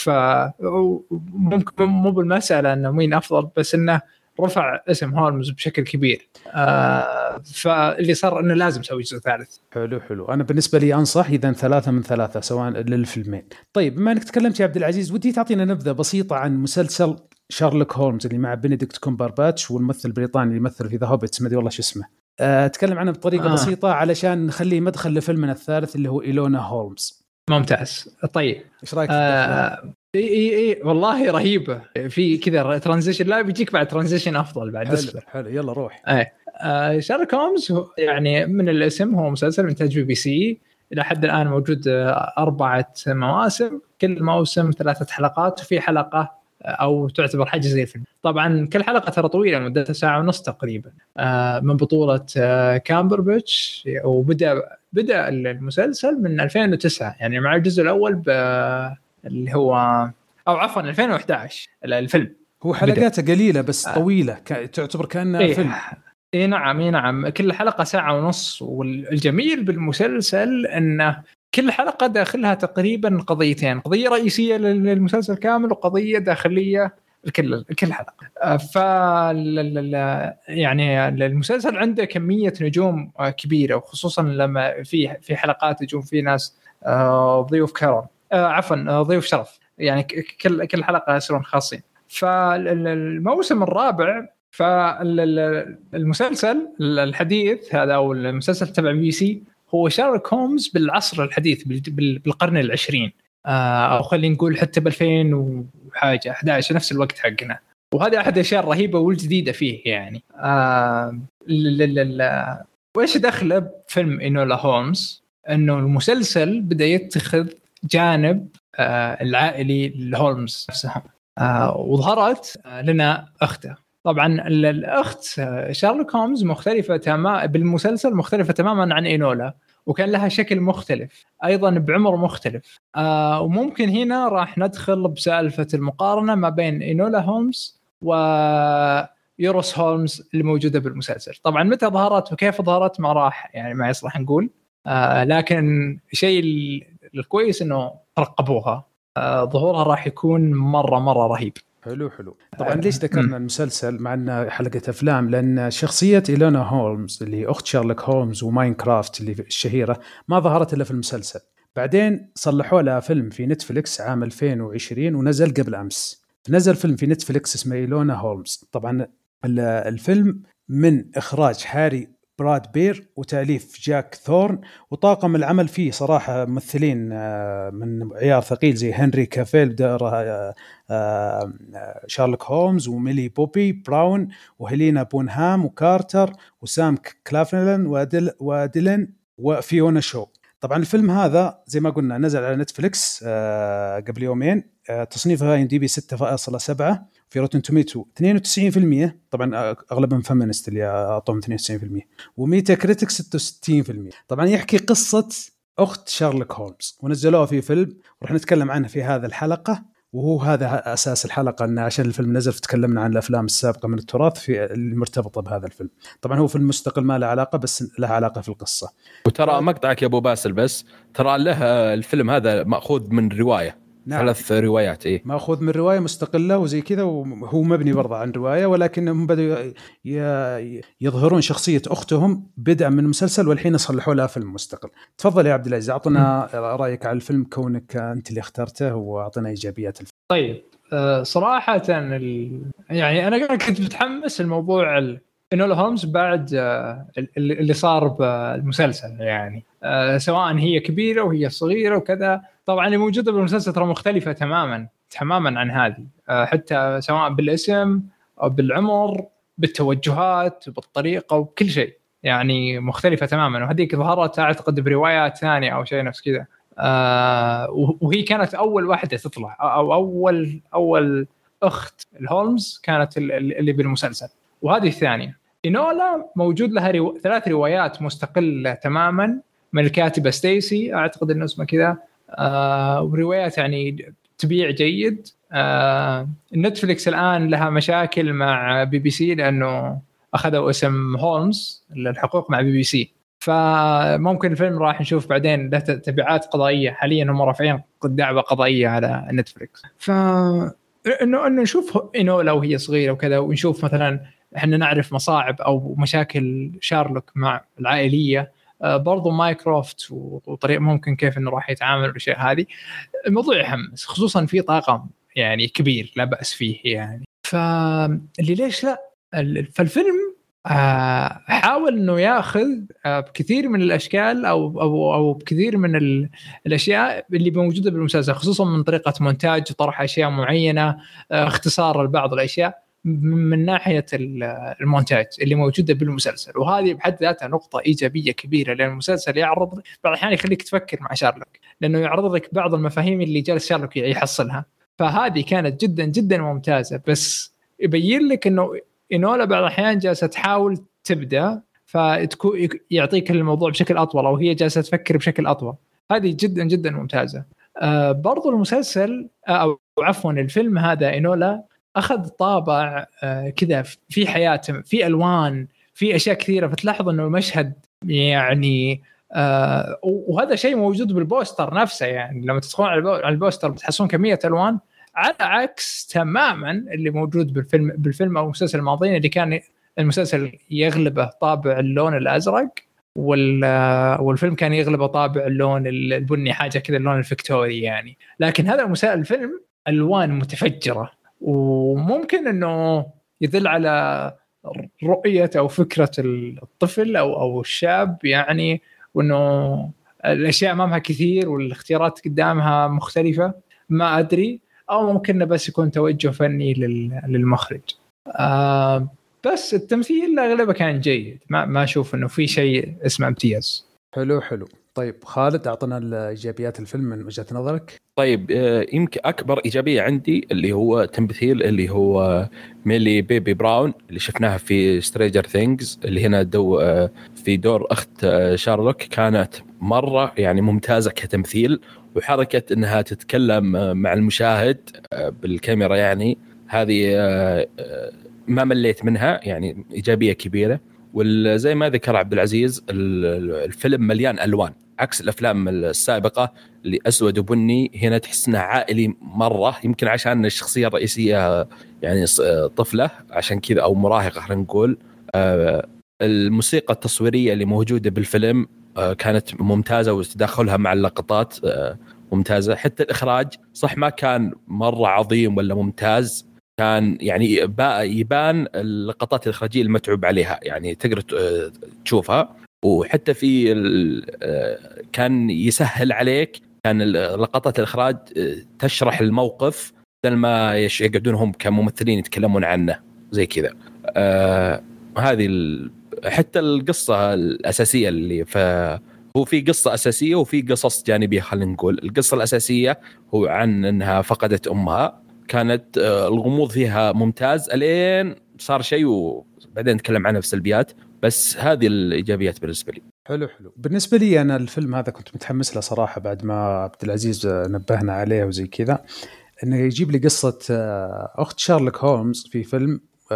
فممكن مو بالمساله انه مين افضل بس انه رفع اسم هولمز بشكل كبير آه فاللي صار انه لازم نسوي جزء ثالث. حلو حلو انا بالنسبه لي انصح اذا ثلاثه من ثلاثه سواء للفيلمين. طيب بما انك تكلمت يا عبد العزيز ودي تعطينا نبذه بسيطه عن مسلسل شارلوك هولمز اللي مع بنديكت كومبرباتش والممثل البريطاني اللي يمثل في ذا هوبيتس ما ادري والله شو اسمه. اتكلم عنه بطريقه آه. بسيطه علشان نخليه مدخل لفيلمنا الثالث اللي هو إيلونا هولمز. ممتاز. طيب ايش رايك؟ آه اي اي اي والله رهيبه في كذا ترانزيشن لا بيجيك بعد ترانزيشن افضل بعد حلو اسفل. حلو يلا روح. اي آه شارلوك هولمز يعني من الاسم هو مسلسل من تاج بي بي سي الى حد الان موجود اربعه مواسم كل موسم ثلاثه حلقات وفي حلقه او تعتبر حاجه زي الفيلم. طبعا كل حلقه ترى طويله مدتها ساعه ونص تقريبا آه من بطوله آه كامبرباتش وبدا بدا المسلسل من ألفين وتسعة يعني مع الجزء الاول ب اللي هو او عفوا ألفين وإحدى عشر الفيلم. هو حلقاته قليله بس طويله تعتبر كانها إيه فيلم. اي نعم اي نعم كل حلقه ساعه ونص والجميل بالمسلسل انه كل حلقه داخلها تقريبا قضيتين قضيه رئيسيه للمسلسل كامل وقضيه داخليه لكل كل حلقه. ف يعني المسلسل عنده كميه نجوم كبيره وخصوصا لما في في حلقات يجون في ناس ضيوف كرم عفوا ضيوف شرف يعني كل كل حلقه يصيرون خاصين. فالموسم الرابع فالمسلسل الحديث هذا او المسلسل تبع بي سي هو شارلوك هولمز بالعصر الحديث بالقرن العشرين او خلينا نقول حتى بألفين وحاجه أحد عشر نفس الوقت حقنا. وهذا احد الاشياء الرهيبه والجديده فيه يعني آه وايش دخله بفيلم إنولا هولمز انه المسلسل بدا يتخذ جانب آه العائلي لهولمز نفسهم آه وظهرت آه لنا اخته. طبعا الاخت شارلوك هولمز مختلفه تماما بالمسلسل مختلفه تماما عن إنولا وكان لها شكل مختلف ايضا بعمر مختلف آه وممكن هنا راح ندخل بسالفه المقارنه ما بين إنولا هولمز ويوروس هولمز اللي موجوده بالمسلسل. طبعا متى ظهرت وكيف ظهرت ما راح يعني ما يصلح نقول آه لكن شيء الكويس انه ترقبوها آه ظهورها راح يكون مره مره رهيب. حلو حلو. طبعا ليش ذكرنا المسلسل مع انه حلقه افلام لان شخصيه إيلونا هولمز اللي هي اخت شارلوك هولمز وماينكرافت اللي الشهيره ما ظهرت الا في المسلسل. بعدين صلحوا لها فيلم في نتفليكس عام ألفين وعشرين ونزل قبل امس. نزل فيلم في نتفليكس اسمه إيلونا هولمز. طبعا الفيلم من اخراج هاري براد بير وتأليف جاك ثورن وطاقم العمل فيه صراحة ممثلين من عيار ثقيل زي هنري كافيل دار شارلوك هولمز وميلي بوبي براون وهيلينا بونهام وكارتر وسام كلافلن وديل وديلن وفيونا شو. طبعا الفيلم هذا زي ما قلنا نزل على نتفليكس قبل يومين تصنيفه إم دي بي ستة فاصلة سبعة في روتن توميتو اثنين وتسعين بالمئة طبعا اغلبهم فيمينست اللي اعطوهم اثنين وتسعين بالمئة وميتا كريتيك ستة وستين بالمئة. طبعا يحكي قصة اخت شارلوك هولمز ونزلوها في فيلم وراح نتكلم عنه في هذا الحلقة وهو هذا اساس الحلقة ان عشان الفيلم نزل فتكلمنا عن الافلام السابقة من التراث في المرتبطة بهذا الفيلم. طبعا هو فيلم مستقل ما له علاقة بس له علاقة في القصة. وترى مقطعك يا ابو باسل بس ترى له الفيلم هذا مأخوذ من رواية. نعم. ثلاث روايات إيه ماخوذ من روايه مستقله وزي كذا وهو مبني برضه عن روايه ولكنهم بدأوا يظهرون شخصيه اختهم بدءا من مسلسل والحين صلحوا لها فيلم مستقل. تفضل يا عبد العزيز اعطنا رايك على الفيلم كونك انت اللي اخترته واعطنا ايجابيات الفيلم. طيب صراحه ال... يعني انا كنت متحمس الموضوع ال... إنولا هولمز بعد اللي صار بالمسلسل يعني سواء هي كبيرة وهي صغيرة وكذا. طبعا اللي موجودة بالمسلسل ترى مختلفة تماما تماما عن هذه حتى سواء بالاسم أو بالعمر بالتوجهات بالطريقة وكل شيء يعني مختلفة تماما، وهذيك ظهرت أعتقد بروايات ثانية أو شيء نفس كذا. آه وهي كانت أول واحدة تطلع، أو أول أول أخت الهولمز كانت اللي بالمسلسل، وهذه الثانية. إنولا موجود لها رو... ثلاث روايات مستقلة تماما من الكاتبة ستيسي أعتقد إنه اسمها كذا، آه وروايات يعني تبيع جيد. آه نتفليكس الآن لها مشاكل مع بي بي سي لأنه أخذوا اسم هولمز للحقوق مع بي بي سي، فممكن الفيلم راح نشوف بعدين له تبعات قضائية. حاليا هم رافعين دعوة قضائية على نتفليكس. فإنه إنه نشوف إنولا وهي صغيرة وكذا، ونشوف مثلا إحنا نعرف مصاعب أو مشاكل شارلوك مع العائلية، برضو مايكروفت وطريقة ممكن كيف إنه راح يتعامل بالشيء هذه. الموضوع يحمس، خصوصا في طاقم يعني كبير لا بأس فيه يعني. فاللي ليش لا، فالفيلم حاول إنه يأخذ بكثير من الأشكال أو أو أو بكثير من الأشياء اللي موجودة بالمسلسل، خصوصا من طريقة مونتاج وطرح أشياء معينة، اختصار لبعض الأشياء من ناحية المونتاج اللي موجودة بالمسلسل. وهذه بحد ذاتها نقطة إيجابية كبيرة، لأن المسلسل يعرض بعض الأحيان يخليك تفكر مع شارلوك، لأنه يعرض لك بعض المفاهيم اللي جالس شارلوك يحصلها. فهذه كانت جدا جدا ممتازة، بس يبين لك إنه إنولا بعض الأحيان جالسة تحاول تبدأ فتكون يعطيك الموضوع بشكل أطول، أو هي جالسة تفكر بشكل أطول. هذه جدا جدا ممتازة. آه برضو المسلسل أو عفوا الفيلم هذا إنولا أخذ طابع آه كذا في حياته، في ألوان، في أشياء كثيرة. فتلاحظ إنه المشهد يعني آه وهذا شيء موجود بالبوستر نفسه، يعني لما تدخلون على البوستر بتحسون كمية ألوان، على عكس تماما اللي موجود بالفيلم بالفيلم أو المسلسل الماضيين، اللي كان المسلسل يغلبه طابع اللون الأزرق والفيلم كان يغلبه طابع اللون البني، حاجة كذا اللون الفيكتوري يعني. لكن هذا المسلسل الفيلم ألوان متفجرة، وممكن أنه يدل على رؤية أو فكرة الطفل أو أو الشاب يعني، وأنه الأشياء أمامها كثير والاختيارات قدامها مختلفة. ما أدري، أو ممكن بس يكون توجه فني للمخرج. آه بس التمثيل أغلبه كان جيد، ما ما أشوف إنه في شيء اسمه امتياز. حلو حلو. طيب خالد، أعطنا الإيجابيات الفيلم من وجهة نظرك. طيب يمكن أكبر إيجابية عندي اللي هو تمثيل اللي هو ميلي بيبي براون اللي شفناها في سترينجر ثينجز، اللي هنا دو في دور أخت شارلوك، كانت مرة يعني ممتازة كتمثيل، وحركة إنها تتكلم مع المشاهد بالكاميرا، يعني هذه ما مليت منها، يعني إيجابية كبيرة. وزي ما ذكر عبد العزيز الفيلم مليان ألوان عكس الأفلام السابقة اللي أسود وبني، هنا تحس إنها عائلي مرة، يمكن عشان الشخصية الرئيسية يعني طفلة عشان كذا أو مراهقة خلينا نقول. الموسيقى التصويرية اللي موجودة بالفيلم كانت ممتازة، وتدخلها مع اللقطات ممتازة. حتى الإخراج صح ما كان مرة عظيم ولا ممتاز، كان يعني يبان اللقطات الإخراجية المتعوب عليها، يعني تقدر تشوفها. وحتى في كان يسهل عليك، كان لقطات الإخراج تشرح الموقف بدل ما يقعدون هم كممثلين يتكلمون عنه زي كذا. آه هذه حتى القصة الأساسية اللي فهو في قصة أساسية وفي قصص جانبية. خلينا نقول القصة الأساسية هو عن أنها فقدت أمها، كانت الغموض فيها ممتاز ألين صار شيء وبعدين نتكلم عنها في سلبيات. بس هذه الإيجابيات بالنسبة لي. حلو حلو. بالنسبة لي أنا الفيلم هذا كنت متحمس له صراحة، بعد ما عبد العزيز نبهنا عليه وزي كذا، إنه يجيب لي قصة أخت شارلوك هولمز في فيلم.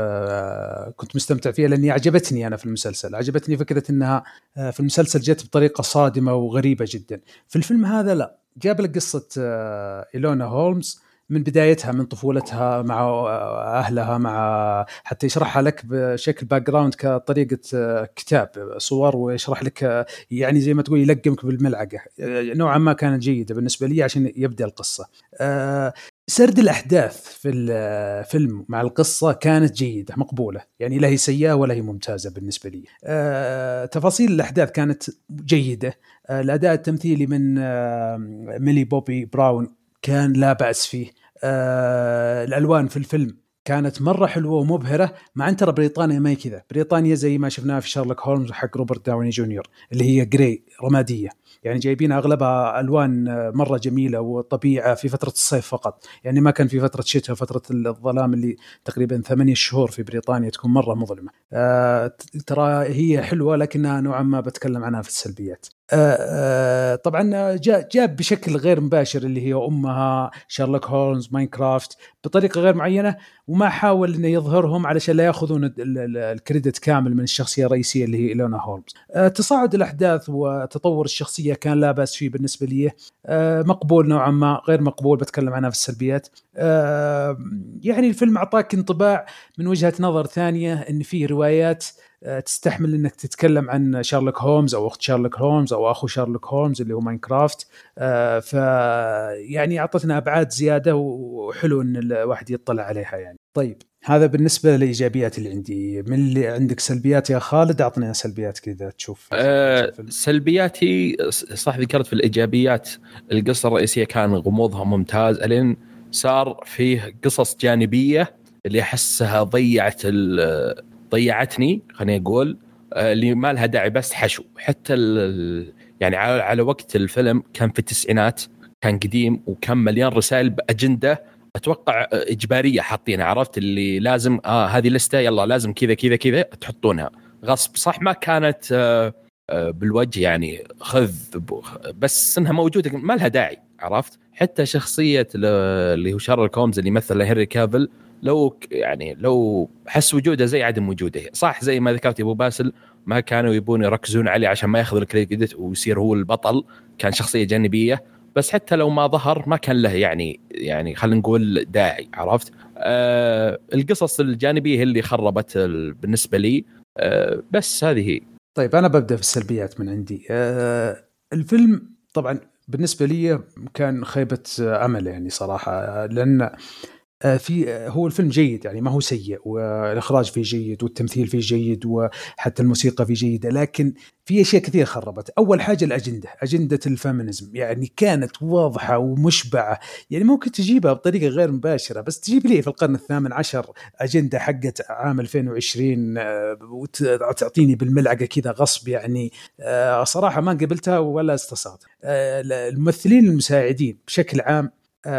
كنت مستمتع فيها لأني عجبتني أنا في المسلسل، عجبتني فكرة إنها في المسلسل جت بطريقة صادمة وغريبة جدا. في الفيلم هذا لا، جاب لك قصة إيلونا هولمز من بدايتها، من طفولتها مع أهلها، مع حتى يشرحها لك بشكل باك جراوند كطريقة كتاب صور، ويشرح لك يعني زي ما تقول يلقمك بالملعقة. نوعا ما كانت جيدة بالنسبة لي عشان يبدأ القصة. سرد الأحداث في الفيلم مع القصة كانت جيدة مقبولة، يعني لا هي سيئة ولا هي ممتازة بالنسبة لي. تفاصيل الأحداث كانت جيدة. الأداء التمثيلي من ميلي بوبي براون كان لا بأس فيه. آه الألوان في الفيلم كانت مرة حلوة ومبهرة. مع أن ترى بريطانيا ما هي كذا، بريطانيا زي ما شفناها في شارلوك هولمز حق روبرت داوني جونيور اللي هي جراي رمادية، يعني جايبين أغلبها ألوان مرة جميلة وطبيعة في فترة الصيف فقط، يعني ما كان في فترة شتاء فترة الظلام اللي تقريبا ثمانية شهور في بريطانيا تكون مرة مظلمة. آه ترى هي حلوة لكنها نوعا ما بتكلم عنها في السلبيات. آه آه طبعا جاء جاب بشكل غير مباشر اللي هي أمها شارلوك هولمز ماينكرافت بطريقة غير معينة، وما حاول إنه يظهرهم علشان لا يأخذون الكريدت كامل من الشخصية الرئيسية اللي هي إلونا هولمز. آه تصاعد الأحداث وتطور الشخصية كان لا بأس فيه بالنسبة لي، آه مقبول نوعا ما، غير مقبول بتكلم عنها في السلبيات. آه يعني الفيلم أعطاك انطباع من وجهة نظر ثانية إن فيه روايات تستحمل انك تتكلم عن شارلوك هولمز او اخت شارلوك هولمز او اخو شارلوك هولمز اللي هو ماينكرافت. آه ف يعني اعطتنا ابعاد زياده وحلو ان الواحد يطلع عليها يعني. طيب هذا بالنسبه للايجابيات اللي عندي. من اللي عندك سلبيات يا خالد؟ اعطني سلبيات كذا تشوف. أه سلبياتي صح ذكرت في الايجابيات، القصه الرئيسيه كان غموضها ممتاز، الين صار فيه قصص جانبيه اللي احسها ضيعت ضيعتني خليني أقول اللي ما لها داعي، بس حشو. حتى يعني على, على وقت الفيلم كان في التسعينات، كان قديم وكان مليان رسائل بأجندة أتوقع إجبارية حاطينها، عرفت اللي لازم آه هذه لستة يلا لازم كذا كذا كذا تحطونها غصب. صح ما كانت آه آه بالوجه يعني خذ، بس إنها موجودة ما لها داعي، عرفت. حتى شخصية اللي هو شارلوك هولمز اللي مثل هنري كافيل، لو يعني لو حس وجوده زي عدم وجوده، صح زي ما ذكرت ابو باسل ما كانوا يبون يركزون عليه عشان ما ياخذ الكريدت ويصير هو البطل، كان شخصيه جانبيه، بس حتى لو ما ظهر ما كان له يعني يعني خلينا نقول داعي، عرفت. آه القصص الجانبيه اللي خربت بالنسبه لي. آه بس هذه هي. طيب انا ببدا في السلبيات من عندي. آه الفيلم طبعا بالنسبه لي كان خيبه امل يعني صراحه، لان في هو الفيلم جيد يعني ما هو سيء، والإخراج فيه جيد والتمثيل فيه جيد وحتى الموسيقى فيه جيدة، لكن في أشياء كثير خربت. أول حاجة الأجندة، أجندة الفيمينيزم يعني كانت واضحة ومشبعة، يعني ممكن تجيبها بطريقة غير مباشرة، بس تجيب لي في القرن الثامن عشر أجندة حقت عام ألفين وعشرين وتعطيني بالملعقة كذا غصب، يعني صراحة ما قبلتها ولا استصغت. الممثلين المساعدين بشكل عام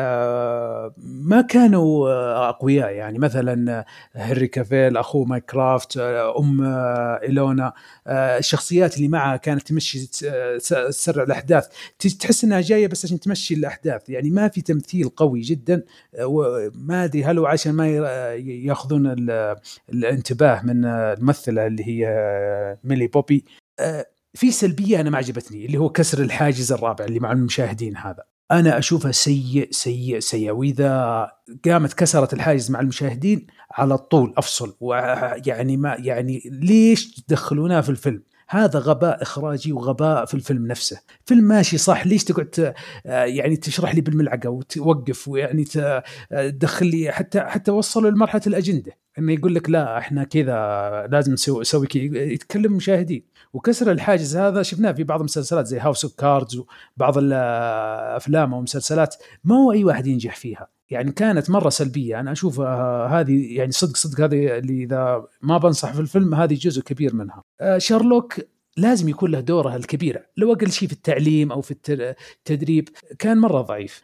آه ما كانوا آه أقوياء، يعني مثلا هنري كافيل أخوه ماينكرافت، آه أم آه إلونا، آه الشخصيات اللي معها كانت تمشي تسرع الأحداث، تحس أنها جاية بس عشان تمشي الأحداث، يعني ما في تمثيل قوي جدا. آه وما أدري هل عشان ما يأخذون الانتباه من الممثلة اللي هي ميلي بوبي. آه في سلبية أنا ما عجبتني اللي هو كسر الحاجز الرابع اللي مع المشاهدين، هذا أنا أشوفها سيء سيء سيء، وإذا قامت كسرت الحاجز مع المشاهدين على طول أفصل. ويعني ما يعني ليش تدخلونها في الفيلم؟ هذا غباء إخراجي وغباء في الفيلم نفسه. فيلم ماشي صح، ليش تقعد يعني تشرح لي بالملعقة وتوقف ويعني تدخل لي حتى حتى وصلوا لمرحلة الأجندة إنه يقول لك لا إحنا كذا لازم نسوي نسوي كذا، يتكلم مشاهدين. وكسر الحاجز هذا شفناه في بعض المسلسلات زي هاوس اوف كاردز وبعض الافلام ومسلسلات ما هو اي واحد ينجح فيها، يعني كانت مره سلبيه. انا اشوف هذه يعني صدق صدق هذه اللي اذا ما بنصح في الفيلم هذه جزء كبير منها. شارلوك لازم يكون له دوره الكبيره، لو اقل شيء في التعليم او في التدريب كان مره ضعيف.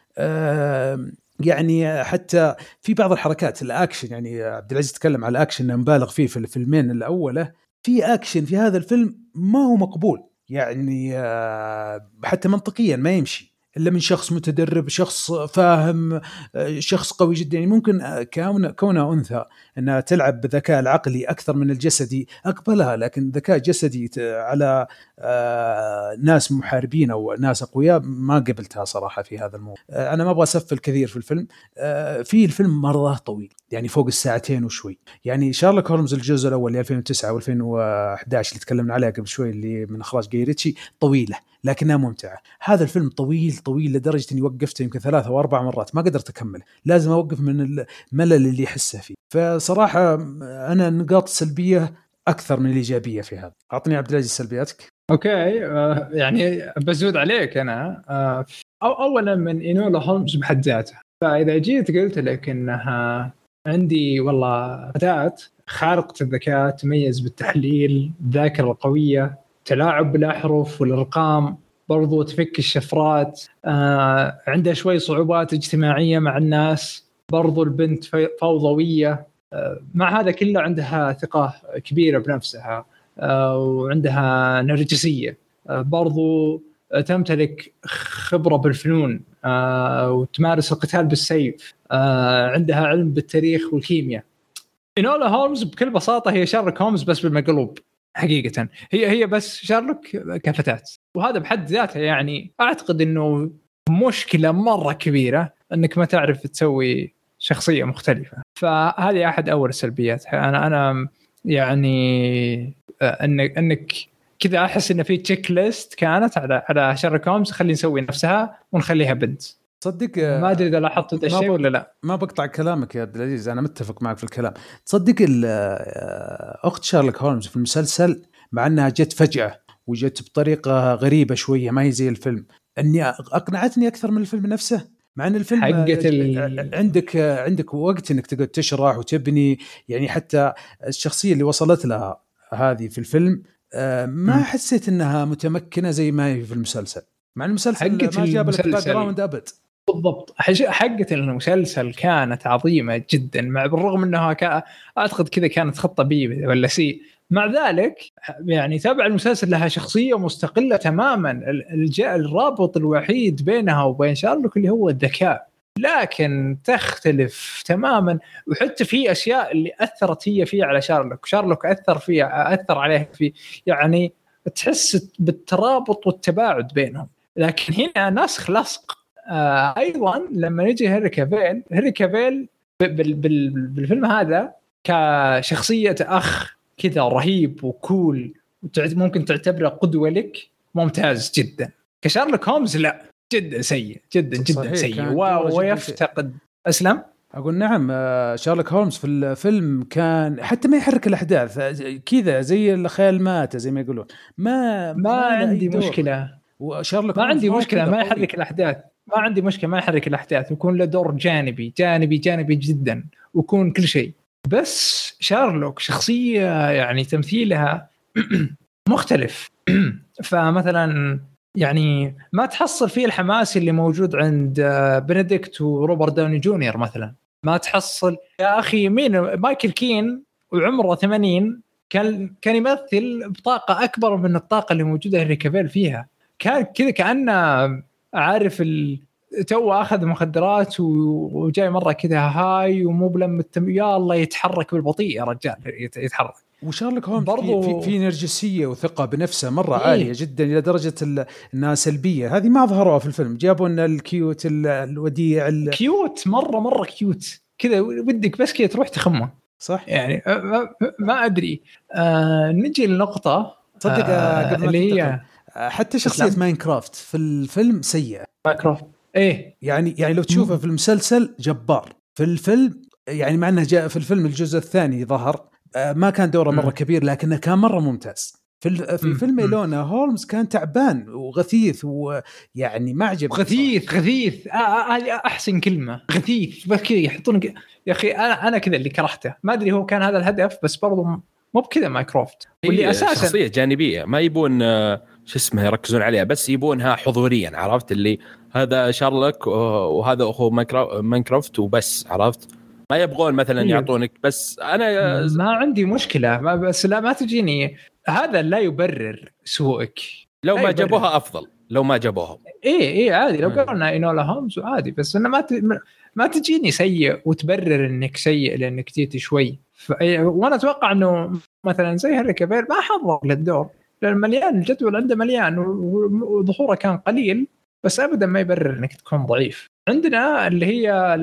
يعني حتى في بعض الحركات الاكشن، يعني عبد العزيز تكلم على الاكشن مبالغ فيه في الفيلمين الاولى، في أكشن في هذا الفيلم ما هو مقبول، يعني حتى منطقيا ما يمشي إلا من شخص متدرب، شخص فاهم، شخص قوي جدا. يعني ممكن كونه كونه أنثى أنها تلعب بذكاء العقلي أكثر من الجسدي أقبلها، لكن ذكاء جسدي على ناس محاربين أو ناس أقوياء ما قبلتها صراحة في هذا الموضوع. أنا ما أبغى أسفل كثير في الفيلم. في الفيلم مرة طويل يعني فوق الساعتين وشوي، يعني شارلوك هولمز الجزء الأول اللي ألفين وتسعة وألفين وأحد عشر اللي تكلمنا عليه قبل شوي اللي من إخراج جاي ريتشي طويلة لكنها ممتعة. هذا الفيلم طويل طويل لدرجة أني وقفته يمكن ثلاثة أو أربع مرات ما قدرت أكمل، لازم أوقف من الملل اللي يحسه فيه. فصراحة أنا نقاط سلبية أكثر من الإيجابية في هذا. أعطني عبد العزيز سلبياتك. أوكي آه يعني بزود عليك أنا. آه أو أولا من إنولا هولمز بحد ذاته، فإذا جيت قلت لك إنها عندي والله فتاة خارقة الذكاء، تميز بالتحليل، الذاكرة القوية، تلاعب بالأحرف والأرقام، برضو تفك الشفرات. آه عندها شوي صعوبات اجتماعية مع الناس، برضو البنت فوضوية. آه مع هذا كله عندها ثقة كبيرة بنفسها، آه وعندها نرجسية. آه برضو تمتلك خبرة بالفنون، آه وتمارس القتال بالسيف. آه عندها علم بالتاريخ والكيمياء. إنولا هولمز بكل بساطة هي شارلوك هولمز بس بالمقلوب حقيقة. هي هي بس شارلوك كفتاة، وهذا بحد ذاته يعني أعتقد إنه مشكلة مرة كبيرة إنك ما تعرف تسوي شخصية مختلفة. فهذه أحد أول السلبيات. أنا أنا يعني إنك إنك كذا أحس إن في تشيك ليست كانت على على شارلوك هولمز، خلي نسوي نفسها ونخليها بنت. تصدق ما ادري اذا لاحظت هذا الشيء ولا لا. ما بقطع كلامك يا عبد العزيز، انا متفق معك في الكلام. تصدق اخت شارلوك هولمز في المسلسل مع انها جت فجأة وجت بطريقة غريبة شوية، ما هي زي الفيلم، اني اقنعتني اكثر من الفيلم نفسه. مع ان الفيلم ال... عندك عندك وقت انك تقعد تشرح وتبني، يعني حتى الشخصية اللي وصلت لها هذه في الفيلم ما م. حسيت انها متمكنة زي ما هي في المسلسل، مع المسلسل ما جاب لك باك جراوند ابد. بالضبط، حقة المسلسل كانت عظيمة جدا، مع بالرغم انها كا... اعتقد كذا كانت خطة بي ولا سي. مع ذلك يعني تابع المسلسل لها شخصية مستقلة تماما. الجاء الرابط الوحيد بينها وبين شارلوك اللي هو الذكاء، لكن تختلف تماما. وحتى في اشياء اللي اثرت هي فيه على شارلوك، شارلوك اثر فيه اثر عليه في، يعني تحس بالترابط والتباعد بينهم. لكن هنا نسخ لصق. آه ايضا لما نجي هنري كافيل، هنري كافيل بال بال بالفيلم هذا كشخصيه اخ كذا رهيب وكول، ممكن تعتبره قدوه لك، ممتاز جدا. كشارلوك هومز لا، جدا سيء جدا جدا سيء ويفتقد. اسلم اقول نعم، شارلوك هولمز في الفيلم كان حتى ما يحرك الاحداث كذا زي الخيال مات زي ما يقولون. ما ما, ما عندي مشكله وشارلوك ما عندي مشكله ما يحرك الاحداث، ما عندي مشكله ما يحرك الاحداث ويكون له دور جانبي جانبي جانبي جدا ويكون كل شيء. بس شارلوك شخصيه يعني تمثيلها مختلف. فمثلا يعني ما تحصل فيه الحماس اللي موجود عند بنديكت وروبرت داوني جونيور مثلا. ما تحصل يا اخي مين مايكل كين وعمره ثمانين كان كان يمثل بطاقه اكبر من الطاقه اللي موجوده هنري كافيل فيها. كان كذا كأنه عارف ال... تو أخذ مخدرات وجاي مرة كذا هاي ومو بلم التم... يا الله يتحرك بالبطيء يا رجال يتحرك. وشارلوك هولمز برضو في, في نرجسية وثقة بنفسه مرة إيه؟ عالية جدا إلى درجة الناس سلبية. هذه ما ظهروها في الفيلم، جابوا لنا الكيوت الوديع ال... كيوت مرة مرة كيوت كذا، ودك بس كذا تروح تخمه صح يعني. ما, ما أدري. آه نجي للنقطة صدق آه اللي هي حتى شخصية ماينكرافت في الفيلم سيئة. ماينكرافت ايه يعني يعني لو تشوفه في المسلسل جبار، في الفيلم يعني مع انه جاء في الفيلم الجزء الثاني ظهر ما كان دوره مره كبير لكنه كان مره ممتاز. في في فيلم إيلونا هولمز كان تعبان وغثيث ويعني ما عجب. غثيث غثيث هذه آه احسن كلمه، غثيث بس كذا يحطون. يا اخي انا انا كذا اللي كرهته، ما ادري هو كان هذا الهدف بس برضو مو بكذا ماينكرافت واللي اساسا شخصيه جانبيه ما يبون شو اسمه يركزون عليها، بس يبونها حضوريا. عرفت اللي هذا شارلوك وهذا اخو ماينكرافت وبس. عرفت ما يبغون مثلا يعطونك. بس انا ما عندي مشكله ما بس لا ما تجيني هذا لا يبرر سوءك. لو ما جابوها افضل، لو ما جابوها ايه ايه عادي. لو قلنا اينولا هولمز عادي، بس انا ما ت... ما تجيني سيء وتبرر انك سيء لانك جيت شوي. ف... وانا اتوقع انه مثلا زي هنري كافيل ما حضر للدور لان مليان، الجدول عنده مليان وظهوره كان قليل، بس ابدا ما يبرر انك تكون ضعيف. عندنا اللي هي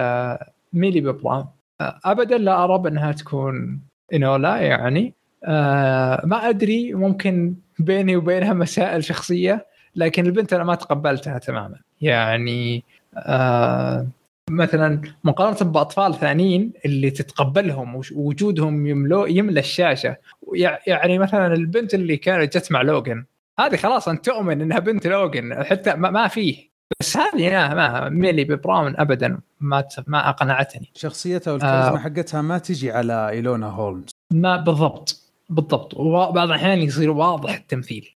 ميلي ببرام ابدا لا ارى انها تكون إنولا يعني. آه ما ادري ممكن بيني وبينها مسائل شخصيه، لكن البنت انا ما تقبلتها تماما يعني. آه مثلا مقارنه باطفال ثانيين اللي تتقبلهم ووجودهم يملو يملى الشاشه. يعني مثلا البنت اللي كانت جت مع لوغان هذه خلاص انت تؤمن انها بنت لوغان، حتى ما فيه بس هذه لا ما ميلي براون ابدا ما ما اقنعتني. شخصيتها والكاريزما آه حقتها ما تجي على إيلونا هولمز. ما بالضبط بالضبط وبعض الأحيان يصير واضح التمثيل.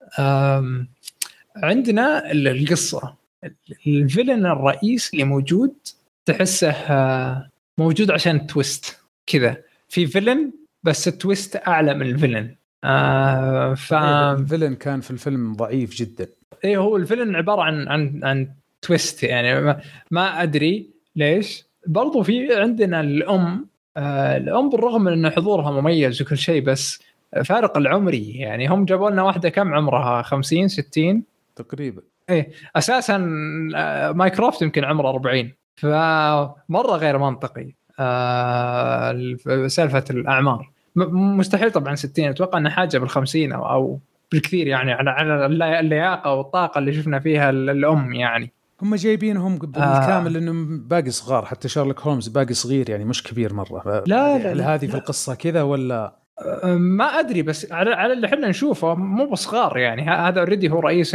عندنا القصة الفيلن الرئيس اللي موجود تحسه موجود عشان التويست كذا في فيلن بس التويست أعلى من الفيلن. آه ف الفيلن كان في الفيلم ضعيف جدا. إيه هو الفيلن عبارة عن عن عن تويست يعني ما, ما أدري ليش. برضو في عندنا الأم آه الأم بالرغم من أن حضورها مميز وكل شيء بس فارق العمري يعني هم جابوا لنا واحدة كم عمرها خمسين ستين تقريبا. إيه أساسا مايكروفت يمكن عمره أربعين فمرة غير منطقي. آه سالفة الأعمار مستحيل طبعا ستين أتوقع أن حاجة بالخمسين أو, أو بالكثير يعني على على اللياقة والطاقة اللي شفنا فيها الأم يعني. هم جايبينهم بالكامل آه. إنهم باقي صغار حتى شارلوك هولمز باقي صغير يعني مش كبير مرة. لا لا هل هذه في القصة كذا ولا ما أدري بس على على اللي حنا نشوفه مو بصغار يعني هذا أوريدي هو رئيس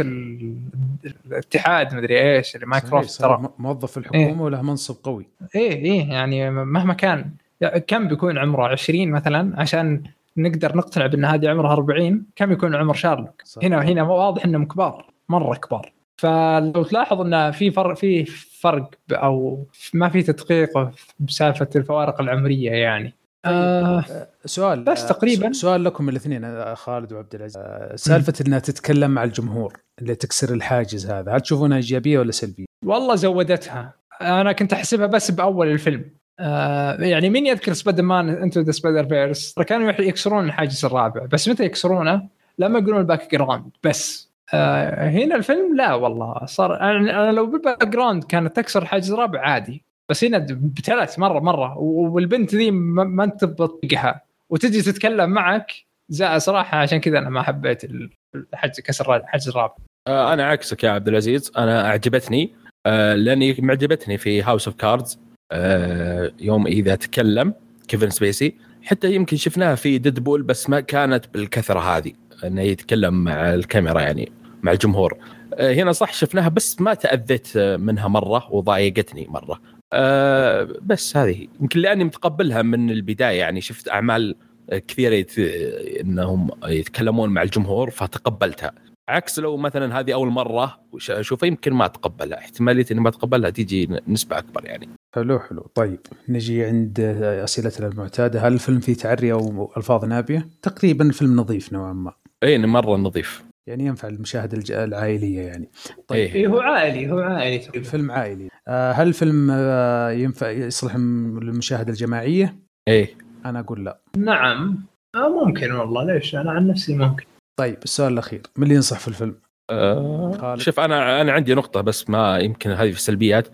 الاتحاد مدري إيش اللي مايكروفت ترى موظف في الحكومة إيه؟ وله منصب قوي. إيه إيه يعني مهما كان كم بيكون عمره عشرين مثلا عشان نقدر نقتنع بأن هذه عمرها أربعين كم يكون عمر شارلوك. هنا هنا واضح إنهم كبار مرة كبار. فلو تلاحظ إن في فرق في فرق أو ما في تدقيق بسالفة الفوارق العمرية يعني. آه سؤال بس تقريبا سؤال لكم الاثنين خالد وعبد العزيز. سالفة إنها تتكلم مع الجمهور اللي تكسر الحاجز هذا هل تشوفونها إيجابية ولا سلبية؟ والله زودتها. أنا كنت أحسبها بس بأول الفيلم. آه يعني مين يذكر سبايدر مان انتو ذا سبايدر فيرس كانوا يكسرون الحاجز الرابع بس متى يكسرونه لما يقولون الباك جراوند بس. آه هنا الفيلم لا والله صار أنا لو بالباك جراوند كانت تكسر الحاجز الرابع عادي بس هنا بثلاث مرة مرة والبنت ذي ما انت بتطيقها وتجي تتكلم معك زي صراحة عشان كذا أنا ما حبيت الحجز كسر الحجز الرابع. آه أنا عكسك يا عبد العزيز أنا أعجبتني آه لأني معجبتني في هاوس اوف كاردز آه يوم إذا تكلم كيفن سبيسي حتى يمكن شفناها في ديدبول بس ما كانت بالكثرة هذه أنه يتكلم مع الكاميرا يعني مع الجمهور. آه هنا صح شفناها بس ما تأذيت منها مرة وضايقتني مرة. أه بس هذه يمكن لأني متقبلها من البداية يعني شفت أعمال كثيرة يت... إنهم يتكلمون مع الجمهور فتقبلتها عكس لو مثلا هذه أول مرة أشوفها يمكن ما أتقبلها احتمالية إني ما أتقبلها تيجي نسبة أكبر يعني. حلو حلو. طيب نجي عند أسئلتنا المعتادة هل الفيلم فيه تعري أو ألفاظ نابية؟ تقريبا الفيلم نظيف نوعا ما. إيه مرة نظيف يعني ينفع المشاهدة العائلية يعني. طيب إيه هو عائلي هو عائلي الفيلم عائلي. آه هل الفيلم آه ينفع يصلح للمشاهدة الجماعية؟ إيه أنا أقول لا. نعم آه ممكن والله ليش أنا عن نفسي ممكن. طيب السؤال الأخير من اللي ينصح في الفيلم؟ آه شوف أنا أنا عندي نقطة بس ما يمكن هذه في السلبيات.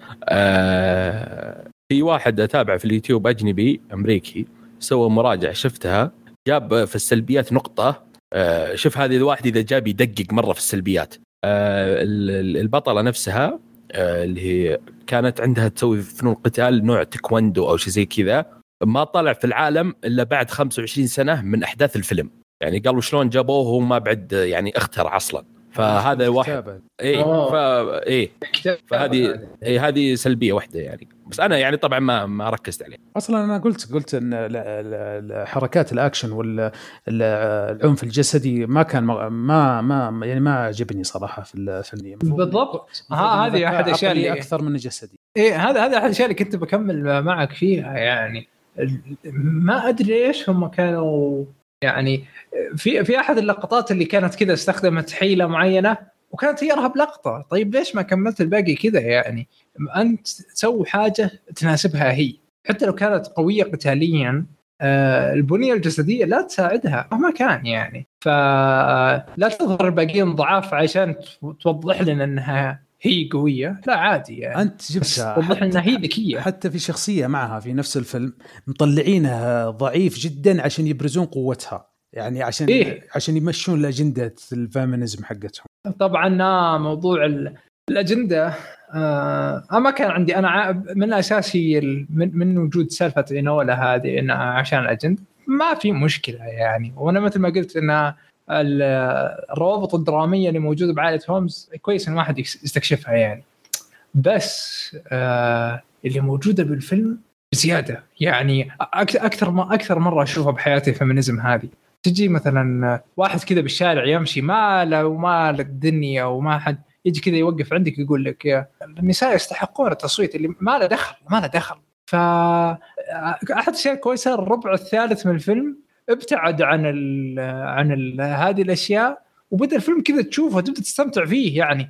آه في واحد أتابع في اليوتيوب أجنبي أمريكي سوى مراجعة شفتها جاب في السلبيات نقطة. آه شوف هذه الواحد إذا جاب يدقق مرة في السلبيات. آه البطلة نفسها آه اللي هي كانت عندها تسوي فنون قتال نوع تايكوندو أو شيء زي كذا ما طلع في العالم إلا بعد خمسة وعشرين سنة من أحداث الفيلم يعني قالوا شلون جابوه وما بعد يعني اخترع أصلا. فهذا واحد إيه فا إيه فهذه إيه هذه سلبية واحدة يعني بس أنا يعني طبعا ما ما ركزت عليه. أصلا أنا قلت قلت إن حركات الأكشن والعنف الجسدي ما كان ما ما يعني ما عجبني صراحة في الفيلم. بالضبط هذه أحد الأشياء اللي أكثر من جسدي. إيه هذا هذا أحد الأشياء اللي كنت بكمل معك فيها يعني ما أدري إيش هم كانوا يعني في في أحد اللقطات اللي كانت كذا استخدمت حيلة معينة وكانت هي رهب لقطة. طيب ليش ما كملت الباقي كذا يعني أنت تسوي حاجة تناسبها هي حتى لو كانت قوية قتاليا آه البنية الجسدية لا تساعدها مهما كان يعني فلا تظهر الباقيين ضعاف عشان توضح لنا أنها هي قوية لا عادي يعني أنت جبتها توضح لنا هي ذكية. حتى في شخصية معها في نفس الفيلم مطلعينها ضعيف جدا عشان يبرزون قوتها يعني عشان إيه؟ عشان يمشون الأجندة الفيمينيزم حقتهم. طبعا موضوع الأجندة آه ما كان عندي أنا من أساسي من, من وجود سالفة إنولا هذه إن عشان الأجندة ما في مشكلة يعني. وأنا مثل ما قلت إن الروابط الدرامية اللي موجودة بعائلة هومز كويس إن واحد يستكشفها يعني بس آه اللي موجودة بالفيلم بزيادة، يعني أكثر ما أكثر مرة أشوفها بحياتي الفيمينيزم هذه. تجي مثلا واحد كذا بالشارع يمشي ما له وما له الدنيا وما حد يجي كذا يوقف عندك يقول لك يا النساء يستحقون التصويت، اللي ما له دخل ما له دخل. فأحد الشيء كويسة الربع الثالث من الفيلم ابتعد عن ال عن ال هذه الأشياء، وبدأ الفيلم كذا تشوفه تبدأ تستمتع فيه. يعني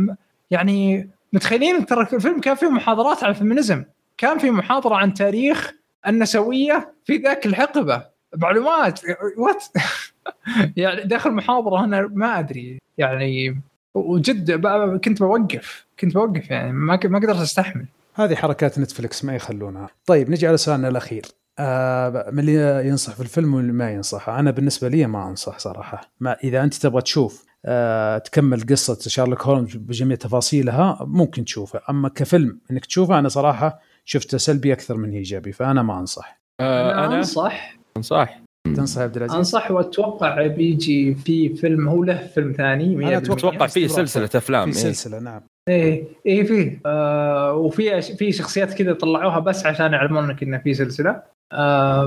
يعني متخيلين ترى الفيلم كان فيه محاضرات عن الفيمينيزم، كان فيه محاضرة عن تاريخ النسوية في ذاك الحقبة، معلومات وات يعني داخل محاضرة هنا ما أدري يعني. وجد كنت بوقف كنت بوقف يعني ما ما قدرت أستحمل. هذه حركات نتفليكس ما يخلونها. طيب نجي على سؤالنا الأخير، آه من اللي ينصح في الفيلم واللي ما ينصح. أنا بالنسبة لي ما أنصح صراحة. ما إذا أنت تبغى تشوف آه تكمل قصة شارلوك هولمز بجميع تفاصيلها ممكن تشوفه، أما كفيلم إنك تشوفه أنا صراحة شفته سلبي أكثر من إيجابي، فأنا ما أنصح. آه أنا, أنا أنصح أنصح تنصح عبد العزيز؟ أنصح، وأتوقع بيجي في فيلم هو له فيلم ثاني. أنا أتوقع فيه سلسلة أفلام. في سلسلة إيه؟ نعم إيه إيه فيه آه وفي في شخصيات كذا طلعوها بس عشان يعلمونك إنه في سلسلة. آه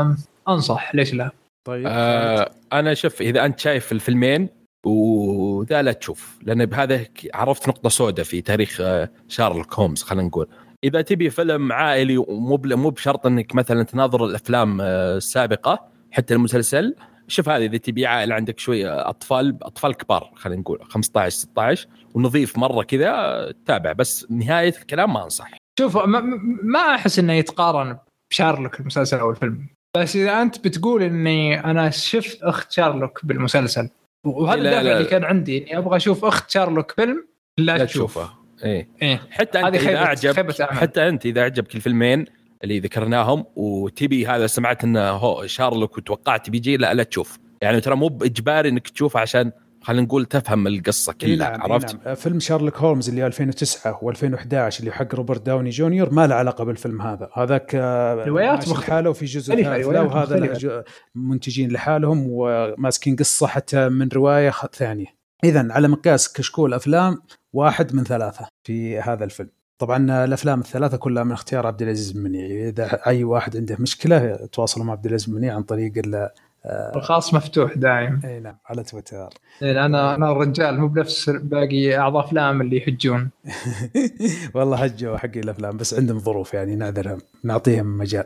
فأنصح ليش لا. طيب آه أنا شوف إذا أنت شايف الفيلمين وذا لا تشوف، لأن بهذا عرفت نقطة سوداء في تاريخ شارلوك هومز. خلينا نقول إذا تبي فيلم عائلي ومو مو بشرط إنك مثلا تناظر الأفلام السابقة حتى المسلسل، شوف هذه إذا تبي عائلة عندك شوية أطفال أطفال كبار خلينا نقول خمسة عشر ستة عشر ونظيف مرة كذا تابع، بس نهاية الكلام ما أنصح. شوف ما, ما أحس إنه يتقارن بشارلوك المسلسل أو الفيلم، بس إذا أنت بتقول إني أنا شفت أخت شارلوك بالمسلسل وهذا الدافع اللي كان عندي إني أبغى أشوف أخت شارلوك فيلم لا, لا تشوفه. إيه. إيه. حتى أنت إذا أعجب حتى أنت إذا أعجبك الفيلمين اللي ذكرناهم وتبي هذا سمعت إنه هو شارلوك وتوقعت بيجي لا لا تشوف، يعني ترى مو بإجباري إنك تشوفه عشان خلينا نقول تفهم القصة كلها. نعم عرفت نعم. فيلم شارلوك هولمز اللي ألفين وتسعة وألفين وإحدى عشر اللي حق روبرت داوني جونيور ما له علاقة بالفيلم هذا، هذاك روايات مختلفة وفي جزء ثالث لا، وهذا منتجين لحالهم وماسكين قصة حتى من رواية ثانية. إذن على مقياس كشكول أفلام واحد من ثلاثة في هذا الفيلم. طبعا الأفلام الثلاثة كلها من اختيار عبد العزيز المنيعي، إذا أي واحد عنده مشكلة تواصلوا مع عبد العزيز المنيعي عن طريق الخاص مفتوح دائم. اي نعم على تويتر. انا انا الرجال مو بنفس باقي اعضاء افلام اللي يحجون. والله حجوا حقي الافلام بس عندهم ظروف يعني نعذرهم نعطيهم مجال.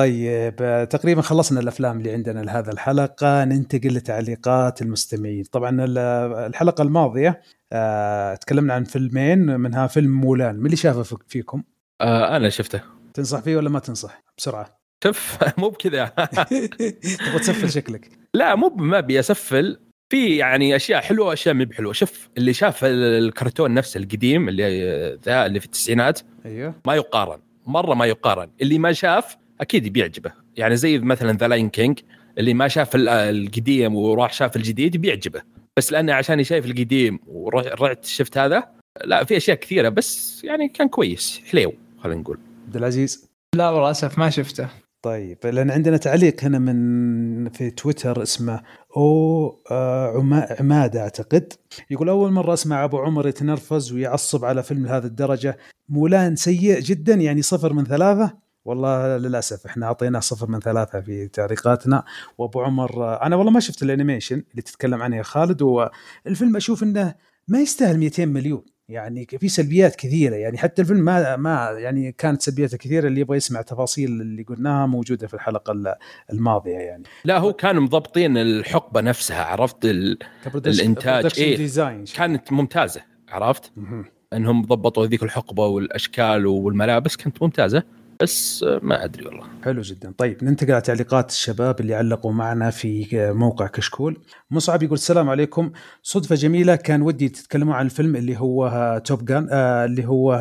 طيب تقريبا خلصنا الافلام اللي عندنا لهذا الحلقه، ننتقل لتعليقات المستمعين. طبعا الحلقه الماضيه آه، تكلمنا عن فيلمين منها فيلم مولان، من اللي شافه فيكم؟ آه انا شفته. تنصح فيه ولا ما تنصح بسرعه؟ شوف مو بكذا تبغى تسفل شكلك. لا مو ما ابي اسفل، في يعني اشياء حلوه واشياء مو بحلوه. شوف اللي شاف الكرتون نفسه القديم اللي ذا اللي في التسعينات ايوه ما يقارن مره ما يقارن. اللي ما شاف اكيد بيعجبه، يعني زي مثلا ذا لاين كينج اللي ما شاف القديم وراح شاف الجديد بيعجبه، بس لانه عشان شايف القديم ورحت شفت هذا. لا في اشياء كثيره بس يعني كان كويس حليو خلينا نقول. عبد العزيز؟ لا والله اسف ما شفته. طيب لأن عندنا تعليق هنا من في تويتر اسمه أو عماد أعتقد، يقول أول مرة أسمع أبو عمر يتنرفز ويعصب على فيلم لهذه الدرجة. مولان سيء جدا يعني صفر من ثلاثة. والله للأسف إحنا عطيناه صفر من ثلاثة في تعليقاتنا. وأبو عمر أنا والله ما شفت الأنيميشن اللي تتكلم عنه يا خالد، والفيلم أشوف إنه ما يستاهل مئتين مليون، يعني في سلبيات كثيرة. يعني حتى الفيلم ما ما يعني كانت سلبياته كثيرة. اللي يبغى يسمع تفاصيل اللي قلناها موجودة في الحلقة الماضية يعني. لا هو كانوا مضبطين الحقبة نفسها، عرفت الإنتاج إيه كانت ممتازة، عرفت م- أنهم ضبطوا ذيك الحقبة والأشكال والملابس كانت ممتازة، بس ما أدري والله. حلو جدا. طيب ننتقل على تعليقات الشباب اللي علقوا معنا في موقع كشكول. مصعب يقول السلام عليكم، صدفة جميلة كان ودي تتكلموا عن الفيلم اللي هو توب جان آه اللي هو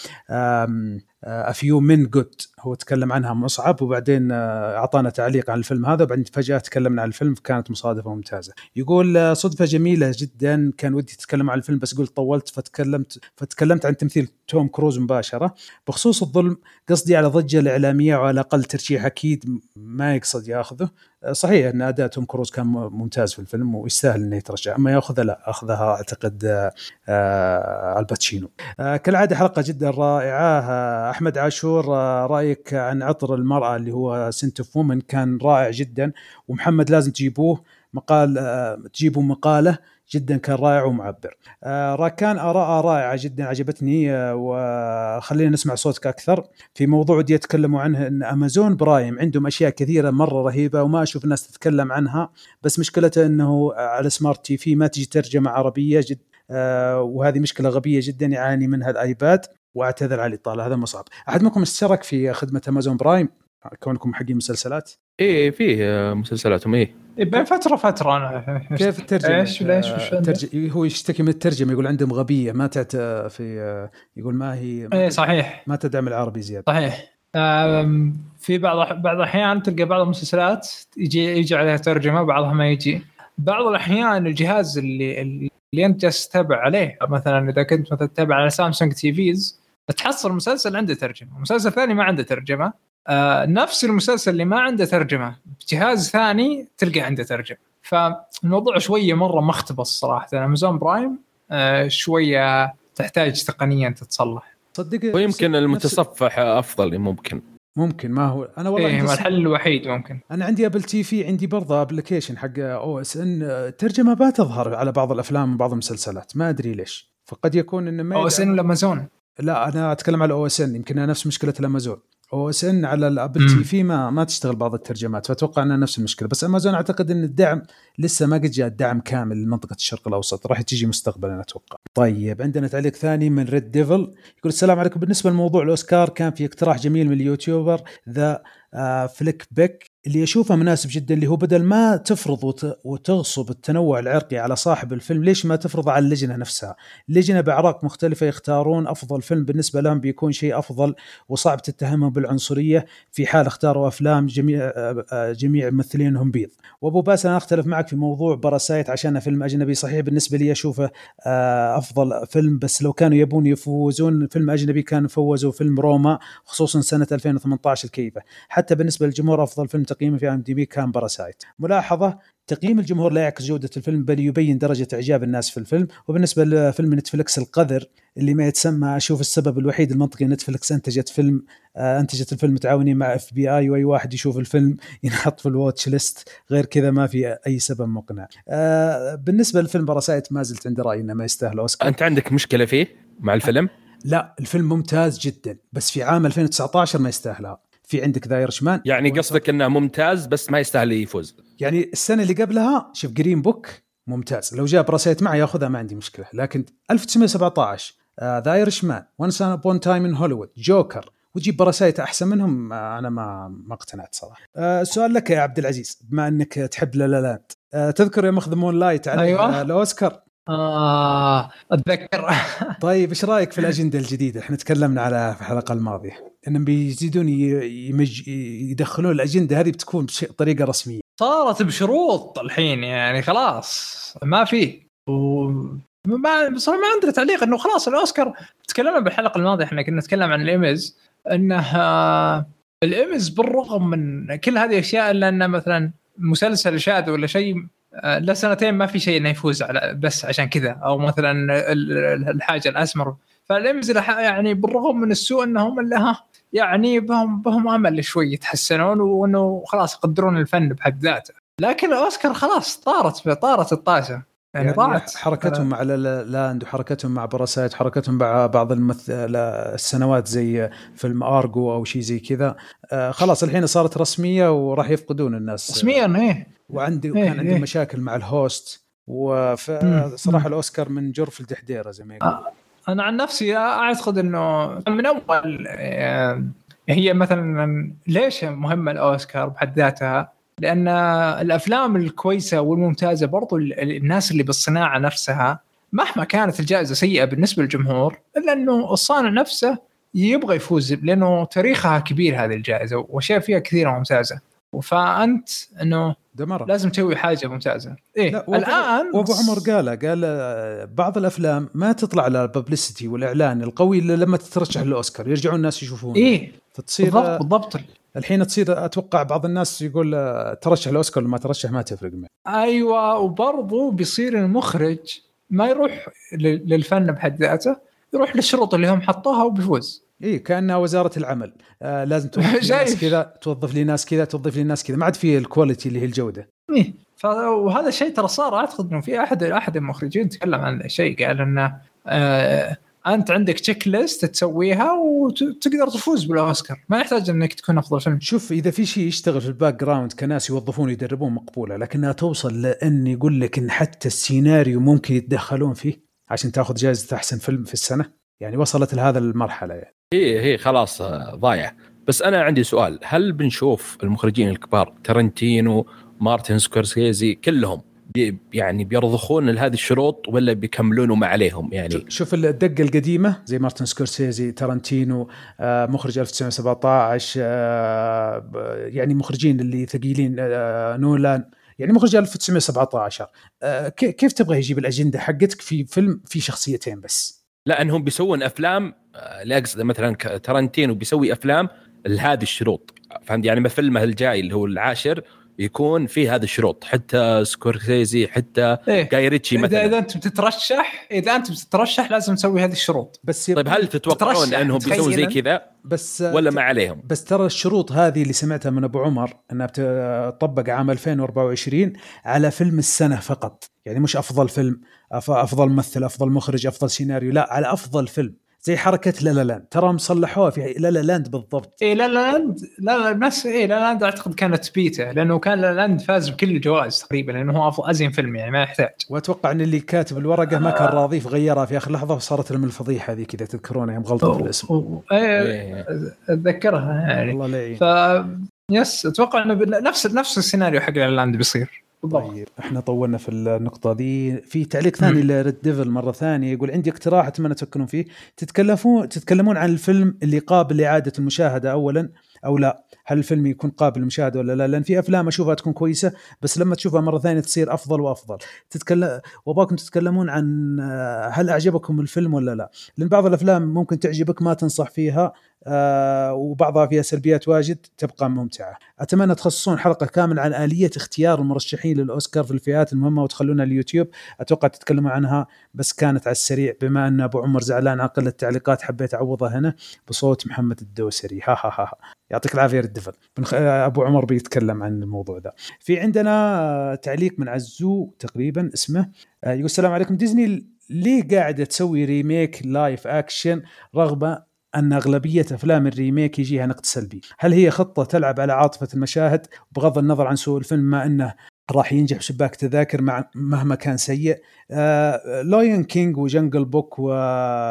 أفيو من جود. هو تكلم عنها مصعب وبعدين أعطانا تعليق عن الفيلم هذا وبعدين فجأة تكلمنا عن الفيلم، كانت مصادفة ممتازة. يقول صدفة جميلة جدا كان ودي تتكلم عن الفيلم بس قلت طولت فتكلمت فتكلمت عن تمثيل توم كروز مباشرة بخصوص الظلم، قصدي على ضجة الإعلامية وعلى الأقل ترشيح أكيد ما يقصد يأخذه. صحيح أن أداء توم كروز كان ممتاز في الفيلم ويستاهل أنه يترشح، أما يأخذها لا أخذها أعتقد آه الباتشينو. آه كالعادة حلقة جدا رائعة. آه أحمد عاشور، آه رأيك عن عطر المرأة اللي هو سنت اوف وومن كان رائع جدا، ومحمد لازم تجيبوه مقال، آه تجيبوا مقاله جدا كان رائع ومعبر. آه راكان آراء رائعة جدا عجبتني، آه وخلينا نسمع صوتك أكثر في موضوع دي يتكلموا عنه، أن أمازون برايم عندهم أشياء كثيرة مرة رهيبة وما أشوف الناس تتكلم عنها، بس مشكلته أنه على سمارت تي في ما تجي ترجمة عربية جد، آه وهذه مشكلة غبية جدا يعاني منها الآيباد، وأعتذر على الإطالة هذا مصعب. أحد منكم اشترك في خدمة أمازون برايم كونكم حقين مسلسلات؟ ايه فيه مسلسلاتهم ايه بين فترة فترة. أنا كيف الترجمة؟ إيش ليش وش ترج... هو يشتكي من الترجمة، يقول عندهم غبية ما تعت في، يقول ما هي إيه صحيح ما تدعم العربي زيادة. صحيح. في بعض بعض الأحيان تلقى بعض المسلسلات يجي يجي عليها ترجمة، بعضها ما يجي. بعض الأحيان الجهاز اللي اللي أنت تتابع عليه، مثلا إذا كنت مثلا تتابع على سامسونج تي فيز تحصل مسلسل عنده ترجمة، مسلسل ثاني ما عنده ترجمة. آه نفس المسلسل اللي ما عنده ترجمة بجهاز ثاني تلقى عنده ترجمة. فالموضوع شوية مرة مختبص صراحة. أمازون برايم آه شوية تحتاج تقنيا تتصلح صدق. ويمكن المتصفح أفضل. ممكن ممكن ما هو أنا والله إيه الحل الوحيد ممكن. أنا عندي أبل تي في، عندي برضه أبليكيشن حق أو إس إن ترجمة ما تظهر على بعض الأفلام وبعض المسلسلات، ما أدري ليش. فقد يكون إن ما أو إس إن ولا أمازون؟ لا أنا أتكلم على أو إس إن، يمكن نفس مشكلة الأمازون. أو إس إن على الأبل تي في ما ما تشتغل بعض الترجمات، فأتوقع أنها نفس المشكلة. بس أمازون أعتقد أن الدعم لسه ما قد جاء الدعم كامل لمنطقة الشرق الأوسط، راح تيجي مستقبلا أتوقع. طيب عندنا تعليق ثاني من ريد ديفل يقول السلام عليكم، بالنسبة لموضوع الأوسكار كان في اقتراح جميل من اليوتيوبر ذا آه فليك بيك اللي أشوفه مناسب جدا، اللي هو بدل ما تفرض وت... وتغصب التنوع العرقي على صاحب الفيلم، ليش ما تفرض على اللجنة نفسها؟ اللجنة بأعراق مختلفة يختارون أفضل فيلم بالنسبة لهم، بيكون شيء أفضل وصعب تتهمهم بالعنصرية في حال اختاروا أفلام جميع جميع ممثلينهم بيض. وأبو باس أنا أختلف معك في موضوع باراسايت عشان فيلم أجنبي، صحيح بالنسبة لي أشوفه أفضل فيلم، بس لو كانوا يبون يفوزون فيلم أجنبي كانوا فوزوا فيلم روما خصوصا سنة ألفين وثمانية عشر الكيفة. حتى بالنسبة للجمهور أفضل فيلم تقييمه في ام دي بي كان باراسايت. ملاحظة، تقييم الجمهور لا يعكس جودة الفيلم بل يبين درجة إعجاب الناس في الفيلم. وبالنسبة لفيلم نتفليكس القذر اللي ما يتسمى، أشوف السبب الوحيد المنطقي نتفليكس أنتجت فيلم آه أنتجت الفيلم متعاونين مع اف بي اي، وأي واحد يشوف الفيلم ينحط في الواتش ليست، غير كذا ما في أي سبب مقنع. آه بالنسبة للفيلم باراسايت ما زلت عند رأيي إنه ما يستاهل أوسكار. أنت عندك مشكلة فيه مع الفيلم؟ لا الفيلم ممتاز جدا، بس في عام ألفين وتسعة عشر ما يستاهلها. في عندك ذا ايرشمان، يعني قصدك انه ممتاز بس ما يستاهل يفوز. يعني السنه اللي قبلها شوف جرين بوك ممتاز، لو جاء براسيت معه ياخذها ما عندي مشكله، لكن ألف وتسعمية وسبعة عشر ذا ايرشمان، وانس ابون تايم ان هوليوود، جوكر، وتجيب براسيت احسن منهم، آه انا ما ما اقتنعت صراحه. آه سؤال لك يا عبد العزيز، بما انك تحب لا لا لاند، آه تذكر يوم اخذ مون لايت على أيوة. الاوسكار؟ آه أتذكر. طيب إيش رأيك في الأجندة الجديدة؟ إحنا تكلمنا على في الحلقة الماضية إنهم بيزيدون يمج... يدخلون الأجندة هذه بتكون بطريقة رسمية. صارت بشروط الحين يعني خلاص ما فيه وما بصراحة ما عندنا تعليق إنه خلاص الأوسكار. تكلمنا بالحلقة الماضية إحنا كنا نتكلم عن الإيميز، إنه الإيميز بالرغم من كل هذه الأشياء إلا أنه مثلا مسلسل شاذ ولا شيء لا سنتين ما في شيء انه يفوز على بس عشان كذا، او مثلا الحاجه الاسمر. فالإيميز يعني بالرغم من السوء انهم لها يعني بهم بهم امل شوي يتحسنون وانه خلاص يقدرون الفن بحد ذاته، لكن الاوسكار خلاص طارت طارت الطاسه يعني, يعني ضاعت حركتهم مع لاند وحركتهم مع باراسايت، حركتهم مع بعض المثل السنوات زي فيلم أرجو او شيء زي كذا. آه خلاص الحين صارت رسميه وراح يفقدون الناس رسميا. ايه وعندي إيه كان عندي إيه مشاكل مع الهوست، وصراحه الاوسكار من جرف الدحديره زي ما يقول. آه انا عن نفسي اعتقد انه من اول هي مثلا ليش مهمه الاوسكار بحد ذاتها، لان الافلام الكويسه والممتازه برضو الناس اللي بالصناعه نفسها مهما كانت الجائزه سيئه بالنسبه للجمهور الا انه الصانع نفسه يبغى يفوز لانه تاريخها كبير هذه الجائزه واشياء فيها كثيره ممتازه. فانت انه دمرة. لازم تسوي حاجه ممتازه. ايه الان وابو عمر قال قال بعض الافلام ما تطلع على الببليستي والاعلان القوي الا لما تترشح للاوسكار يرجعون الناس يشوفون. ايه فتصير بالضبط بالضبط. الحين تصير اتوقع بعض الناس يقول ترشح للاوسكار ولا ما ترشح ما تفرق معه. ايوه وبرضه بيصير المخرج ما يروح للفن بحد ذاته، يروح للشروط اللي هم حطوها وبيفوز. إيه كأنها وزارة العمل. آه لازم توظف لي ناس كذا، توظف لي ناس كذا، توظف لي ناس كذا، ما عاد فيه الكواليتي اللي هي الجودة. إيه وهذا الشيء ترى صار أعتقد إنه في أحد أحد المخرجين تكلم عن الشيء، قال إنه آه أنت عندك تشيك ليست تسويها وتقدر تفوز بالأوسكار، ما يحتاج إنك تكون أفضل فيلم. شوف إذا في شيء يشتغل في الباك جراوند كناس يوظفون يدربون مقبولة، لكنها توصل لأن يقول لك إن حتى السيناريو ممكن يتدخلون فيه عشان تأخذ جائزة أحسن فيلم في السنة، يعني وصلت لهذا المرحلة يعني. هي هي خلاص ضايع. بس أنا عندي سؤال، هل بنشوف المخرجين الكبار تارنتينو مارتن سكورسيزي كلهم بي يعني بيرضخون لهذه الشروط ولا بيكملون وما عليهم؟ يعني شوف الدقة القديمة زي مارتن سكورسيزي تارنتينو آه مخرج ألف وتسعمائة وسبعة عشر آه يعني مخرجين اللي ثقيلين آه نولان يعني مخرج ألف وتسعمائة وسبعة عشر آه كيف تبغى يجيب الأجندة حقتك في فيلم في شخصيتين بس؟ لأنهم بيسوون أفلام لا أقصد مثلا تارنتينو بيسوي أفلام لهذه الشروط، فهمت يعني؟ فيلمه الجاي اللي هو العاشر يكون فيه هذه الشروط، حتى سكورسيزي حتى إيه؟ جاي ريتشي مثلا. إذا أنت بتترشح إذا أنت بتترشح لازم تسوي هذه الشروط. بس طيب هل تتوقعون أنهم بيسوون زي كذا بس ولا ما عليهم؟ بس ترى الشروط هذه اللي سمعتها من أبو عمر أنها بتطبق عام ألفين وأربعة وعشرين على فيلم السنة فقط، يعني مش أفضل فيلم، أفضل ممثل، أفضل مخرج، أفضل سيناريو، لا على أفضل فيلم، زي حركة لا لا لاند. ترى مصلحوها في لا لا لاند بالضبط. إيه لا لا لاند لا لا بس إيه لا لاند أعتقد كانت بيته، لأنه كان لا لاند فاز بكل الجوائز تقريبا لأنه هو أفضل أزين فيلم، يعني ما يحتاج. وأتوقع أن اللي كاتب الورقة ما كان راضي فغيرها في آخر لحظة وصارت لهم الفضيحة هذه كذا، تذكرونها يوم غلطوا في الاسم. إيه أتذكرها يعني. الله لا يعين. ف يس أتوقع إنه نفس نفس السيناريو حق لا لاند بيصير. طيب احنا طولنا في النقطة دي. في تعليق ثاني لريد ديفل مرة ثانية يقول عندي اقتراح اتمنى تفكرون فيه، تتكلمون تتكلمون عن الفيلم اللي قابل لإعادة المشاهدة اولا او لا، هل الفيلم يكون قابل للمشاهدة ولا لا؟ لان في افلام اشوفها تكون كويسة بس لما تشوفها مرة ثانية تصير افضل وافضل. تتكلم واباكم تتكلمون عن هل اعجبكم الفيلم ولا لا، لان بعض الافلام ممكن تعجبك ما تنصح فيها آه وبعضها فيها سلبيات واجد تبقى ممتعة. أتمنى تخصصون حلقة كاملة عن آلية اختيار المرشحين للأوسكار في الفئات المهمة وتخلونها اليوتيوب، أتوقع تتكلموا عنها بس كانت على السريع. بما أن أبو عمر زعلان عن قلة التعليقات حبيت أعوضها هنا بصوت محمد الدوسري. ها ها ها يعطيك العافية الدفل. أبو عمر بيتكلم عن الموضوع ده. في عندنا تعليق من عزو تقريبا اسمه يقول السلام عليكم، ديزني ليه قاعدة تسوي ريميك لايف أكشن رغم أن أغلبية أفلام الريميك يجيها نقد سلبي؟ هل هي خطة تلعب على عاطفة المشاهد بغض النظر عن سوء الفيلم ما أنه راح ينجح بشباك تذاكر مع مهما كان سيء؟ آه لوين كينج وجنجل بوك و...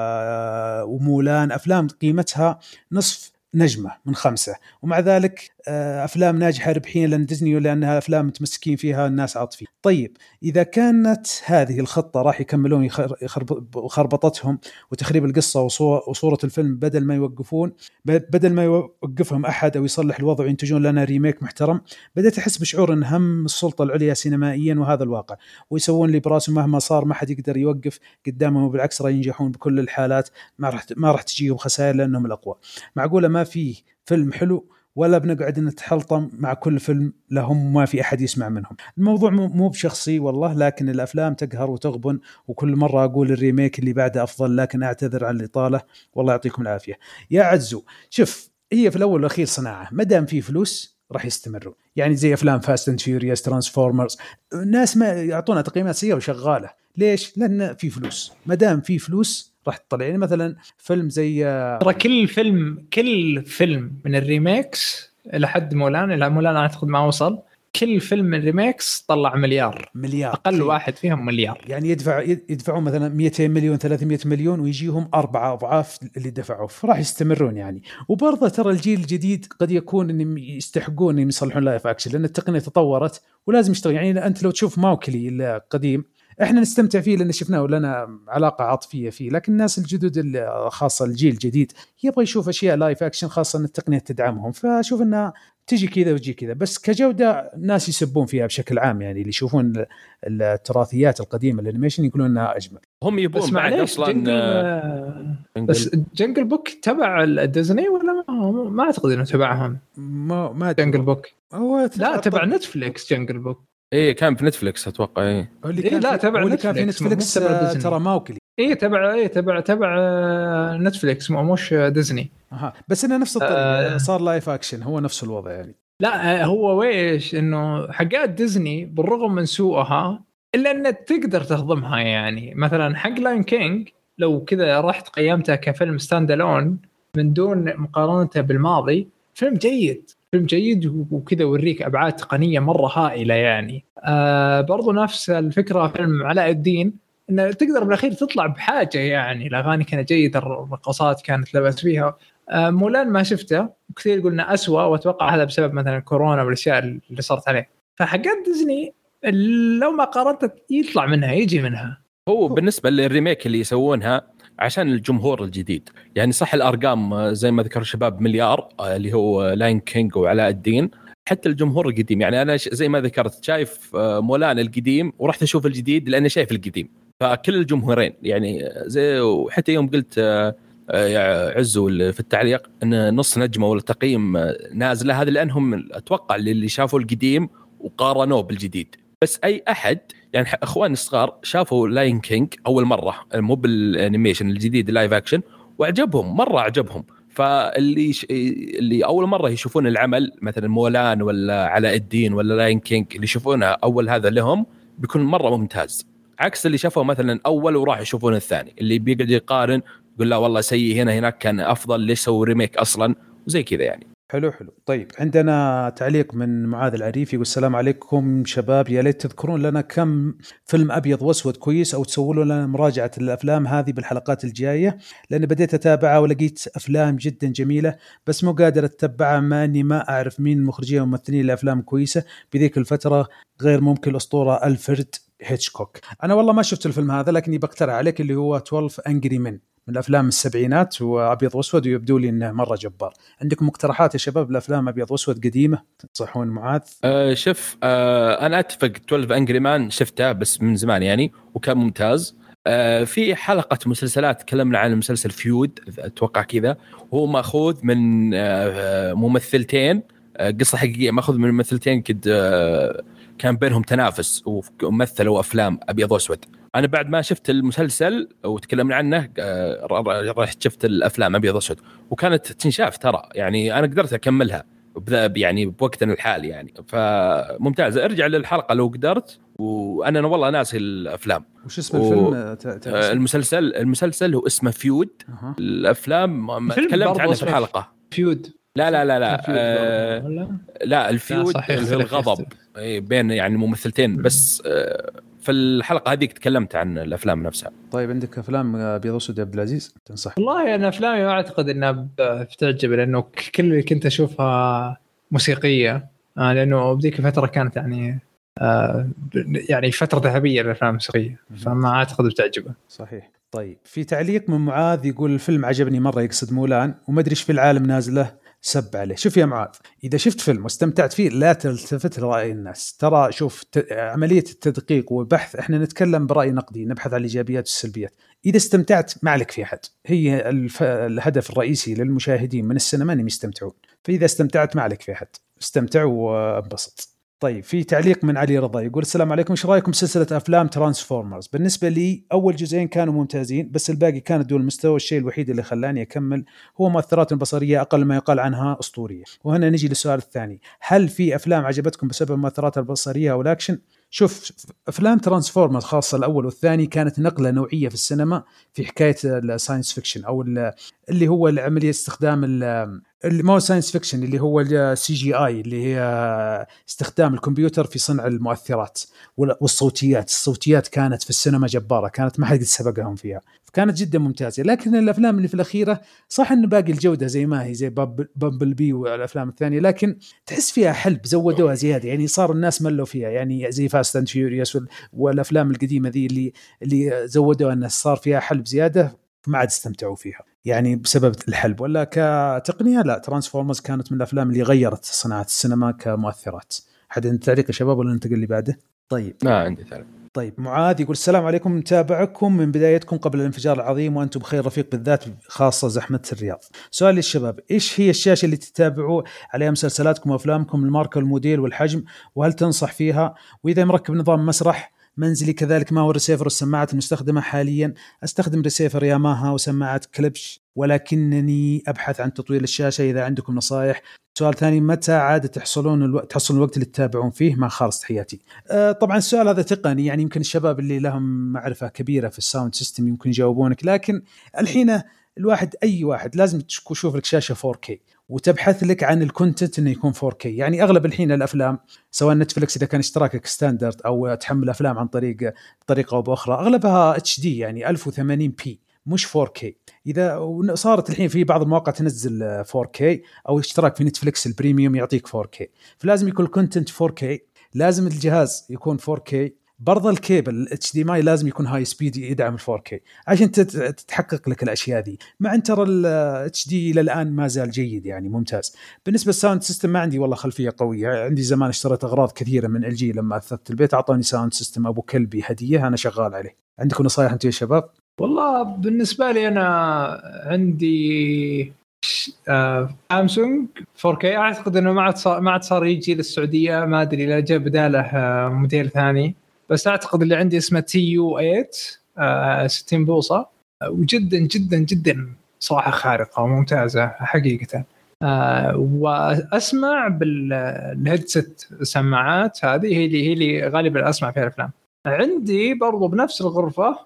ومولان أفلام قيمتها نصف نجمة من خمسة ومع ذلك أفلام ناجحة ربحيا لأن ديزني لأنها أفلام متمسكين فيها الناس عاطفية. طيب إذا كانت هذه الخطة راح يكملون خربطتهم وتخريب القصة وصورة الفيلم بدل ما يوقفون بدل ما يوقفهم أحد أو يصلح الوضع وينتجون لنا ريميك محترم، بدأت أحس بشعور أن هم السلطة العليا سينمائيا وهذا الواقع ويسوون لي براسهم مهما صار ما حد يقدر يوقف قدامهم وبالعكس راح ينجحون بكل الحالات، ما راح ما راح تجيهم خسائر لأنهم الأقوى. معقولة ما فيه فيلم حلو ولا بنقعد نتحلطم مع كل فيلم لهم ما في أحد يسمع منهم؟ الموضوع مو بشخصي والله، لكن الأفلام تقهر وتغبن وكل مرة أقول الريميك اللي بعده أفضل، لكن أعتذر عن الإطالة والله يعطيكم العافية. يا عزو شوف، هي في الأول والأخير صناعة، مدام في فلوس راح يستمروا، يعني زي أفلام فاست أند فيوريوس ترانسفورمرز الناس ما يعطونا تقييمات سيئة وشغالة، ليش؟ لأن في فلوس، مدام في فلوس راح تطلع. يعني مثلا فيلم زي ترى كل فيلم كل فيلم من الريميكس لحد مولان إلى مولان أعتقد ما وصل، كل فيلم من الريميكس طلع مليار مليار أقل فيه. واحد فيهم مليار، يعني يدفع يدفعون مثلا مئتين مليون ثلاثمئة مليون ويجيهم أربعة أضعاف اللي دفعوه، فراح يستمرون يعني. وبرضه ترى الجيل الجديد قد يكون إن يستحقون إن يصلحون لايف أكشن لأن التقنية تطورت ولازم يشتغل. يعني أنت لو تشوف ماوكلي القديم احنا نستمتع فيه لان شفناه ولنا علاقه عاطفيه فيه، لكن الناس الجدد خاصه الجيل الجديد يبغى يشوف اشياء لايف اكشن، خاصه ان التقنيه تدعمهم، فاشوف انها تجي كذا وتجي كذا. بس كجوده الناس يسبون فيها بشكل عام، يعني اللي يشوفون التراثيات القديمه الانيميشن يقولون انها اجمل. هم يبون بعد اصلا جنجل آه بس جنجل بوك تبع ديزني ولا ما, ما اعتقد انه تبعهم. ما ما جنجل بوك هو لا تبع نتفليكس. جنجل بوك ايه كان في نتفليكس اتوقع. ايه اللي إيه كان لا تبع اللي كان في نتفليكس ترى ماوكلي. ايه تبع ايه تبع تبع نتفليكس مو مش ديزني. اها بس انه نفس الطريقه آه صار لايف اكشن، هو نفس الوضع يعني. لا هو ويش انه حقات ديزني بالرغم من سوءها الا ان تقدر تهضمها. يعني مثلا حق لاين كينج لو كذا رحت قيمتها كفيلم ستاند الون من دون مقارنته بالماضي، فيلم جيد فيلم جيد وكذا يوريك ابعاد تقنيه مره هائله. يعني آه برضو نفس الفكره فيلم علاء الدين، انه تقدر بالاخير تطلع بحاجه. يعني الاغاني كانت جيده، الرقصات كانت لبس فيها. آه مولان ما شفته كثير قلنا أسوأ، واتوقع هذا بسبب مثلا كورونا والاشياء اللي صارت عليه. فحقات ديزني لو ما قارنت يطلع منها يجي منها. هو بالنسبه للريميك اللي يسوونها عشان الجمهور الجديد، يعني صح الارقام زي ما ذكر الشباب مليار اللي هو لاين كينج وعلاء الدين، حتى الجمهور القديم. يعني انا زي ما ذكرت شايف مولان القديم ورحت اشوف الجديد لاني شايف القديم، فكل الجمهورين يعني زي. وحتى يوم قلت عزوا في التعليق ان نص نجمه ولا تقييم نازله، هذا لانهم اتوقع اللي شافوا القديم وقارنوه بالجديد. بس اي احد يعني اخواني الصغار شافوا لاين كينج اول مره مو بالانيميشن الجديد لايف اكشن وعجبهم مره عجبهم. فاللي ش... اللي اول مره يشوفون العمل مثلا مولان ولا علاء الدين ولا لاين كينج اللي يشوفونه اول هذا لهم بيكون مره ممتاز، عكس اللي شافوه مثلا اول وراح يشوفون الثاني اللي بيقعد يقارن يقول لا والله سيء هنا هناك كان افضل، ليش سووا ريميك اصلا وزي كذا يعني. حلو حلو. طيب عندنا تعليق من معاذ العريفي يقول السلام عليكم شباب، يا ليت تذكرون لنا كم فيلم أبيض وأسود كويس أو تسووا لنا مراجعة الأفلام هذه بالحلقات الجاية، لأن بديت أتابعها ولقيت أفلام جدا جميلة بس مو قادر أتبعها ما أني ما أعرف مين المخرجين والممثلين لأفلام كويسة بذيك الفترة غير ممكن الأسطورة ألفريد هيتشكوك. أنا والله ما شفت الفيلم هذا لكني بقترح عليك اللي هو اثنا عشر أنجري من من الأفلام السبعينات وأبيض وأسود ويبدو لي إنه مرة جبار. عندكم مقترحات يا شباب الأفلام أبيض وأسود قديمة تنصحون معاذ؟ أه شوف أه أنا أتفق اثنا عشر أنجري مان شفته بس من زمان يعني وكان ممتاز. أه في حلقة مسلسلات تكلمنا عن مسلسل فيود أتوقع كذا، هو مأخوذ من أه ممثلتين أه قصة حقيقية مأخوذ من ممثلتين كد أه كان بينهم تنافس ومثلوا أفلام أبيض وأسود. أنا بعد ما شفت المسلسل وتكلمنا عنه رحت شفت الأفلام أبيض وأسود وكانت تنشاف ترى، يعني أنا قدرت أكملها يعني بوقتنا الحالي يعني، فممتازة. ارجع للحلقة لو قدرت. وأنا والله ناسي الأفلام. وش اسم الفيلم؟ المسلسل المسلسل هو اسمه فيود. أه. الأفلام ما تكلمت عنه في الحلقة. فيود لا لا لا لا آه لا الفيود الغضب بين يعني ممثلتين بس. آه في الحلقة هذيك تكلمت عن الأفلام نفسها. طيب عندك أفلام أبيض وأسود يا عبد العزيز تنصح؟ والله أنا أفلامي ما أعتقد إنها بتعجب لأنه كل اللي كنت أشوفها موسيقية. آه لأنه بذيك الفترة كانت يعني آه يعني فترة ذهبية للأفلام الموسيقية، فما أعتقد بتعجبه. صحيح. طيب في تعليق من معاذ يقول الفيلم عجبني مرة، يقصد مولان وما أدري إيش في العالم نازله سب عليه. شوف يا معاذ، إذا شفت فيلم واستمتعت فيه لا تلتفت لرأي الناس. ترى شوف ت... عملية التدقيق والبحث، إحنا نتكلم برأي نقدي نبحث عن الإيجابيات والسلبيات. إذا استمتعت ما عليك في أحد، هي الف... الهدف الرئيسي للمشاهدين من السينما أنهم يستمتعون، فإذا استمتعت ما عليك في أحد، استمتع وانبسط. طيب في تعليق من علي رضا يقول السلام عليكم، ايش رايكم سلسله افلام ترانسفورمرز؟ بالنسبه لي اول جزئين كانوا ممتازين بس الباقي كانت دون المستوى. الشيء الوحيد اللي خلاني اكمل هو مؤثرات بصريه اقل ما يقال عنها اسطوريه. وهنا نجي للسؤال الثاني، هل في افلام عجبتكم بسبب المؤثرات البصريه او الاكشن؟ شوف افلام ترانسفورمرز خاصه الاول والثاني كانت نقله نوعيه في السينما في حكايه الساينس فيكشن او اللي هو العمليه استخدام اللي ما هو ساينس فيكشن اللي هو السي جي اي اللي هي استخدام الكمبيوتر في صنع المؤثرات والصوتيات. الصوتيات كانت في السينما جبارة، كانت ما حد سبقهم فيها. فكانت جدا ممتازة. لكن الأفلام اللي في الأخيرة صح إن باقي الجودة زي ما هي زي بامبل بي والأفلام الثانية، لكن تحس فيها حلب زودوها زيادة، يعني صار الناس ملوا فيها، يعني زي فاست اند فيوريوس والأفلام القديمة ذي اللي اللي زودوها الناس صار فيها حلب زيادة ما عاد استمتعوا فيها يعني بسبب الحلب. ولا كتقنية لا، ترانسفورمرز كانت من الأفلام اللي غيرت صناعة السينما كمؤثرات. حد عنده تعليق يا شباب ولا ننتقل اللي بعده؟ طيب ما عندي تعليق. طيب معاذ يقول السلام عليكم، نتابعكم من بدايتكم قبل الانفجار العظيم وأنتم بخير رفيق، بالذات خاصة زحمة الرياض. سؤال للشباب، إيش هي الشاشة اللي تتابعوا عليها مسلسلاتكم وأفلامكم، الماركة والموديل والحجم، وهل تنصح فيها؟ وإذا مركب نظام مسرح منزلي كذلك ما هو الريسيفر والسماعات المستخدمة حاليا؟ أستخدم ريسيفر ياماها وسماعات كليبش، ولكنني أبحث عن تطوير الشاشة، إذا عندكم نصائح. سؤال ثاني، متى عاد تحصلون الوقت تحصلون الوقت اللي تتابعون فيه مع خالص تحياتي؟ أه طبعا السؤال هذا تقني، يعني يمكن الشباب اللي لهم معرفة كبيرة في الساوند سيستم يمكن يجاوبونك، لكن الحين الواحد أي واحد لازم تشوف لك شاشة فور كي وتبحث لك عن الكونتنت انه يكون فور كي. يعني اغلب الحين الافلام سواء نتفلكس اذا كان اشتراكك ستاندرد او تحمل افلام عن طريق بطريقه او باخرى اغلبها اتش دي يعني ألف وثمانين بي مش فور كي. اذا صارت الحين في بعض المواقع تنزل فور كي او اشتراك في نتفلكس البريميوم يعطيك فور كي، فلازم يكون الكونتنت فور كي، لازم الجهاز يكون فور كي، برضه الكيبل اتش دي ماي لازم يكون هاي سبيد يدعم ال فور كي عشان تتحقق لك الاشياء دي. مع ان ترى ال اتش دي الى الان ما زال جيد يعني ممتاز. بالنسبه للساوند سيستم ما عندي والله خلفيه قويه، عندي زمان اشتريت اغراض كثيره من ال جي لما اثثت البيت، اعطاني ساوند سيستم ابو كلبي هديه انا شغال عليه. عندكم نصايح انتم يا شباب؟ والله بالنسبه لي انا عندي سامسونج فور كي، اعتقد انه ما عاد صار ما عاد صار يجي للسعوديه، ما ادري اذا جاء بداله موديل ثاني، بس اعتقد اللي عندي اسمه تي يو ثمانية ستين بوصه، وجدا جدا جدا صراحه خارقه وممتازه حقيقه. واسمع بالهيدسет السماعات هذه هي اللي هي اللي غالبا اسمع فيها الافلام. عندي برضو بنفس الغرفه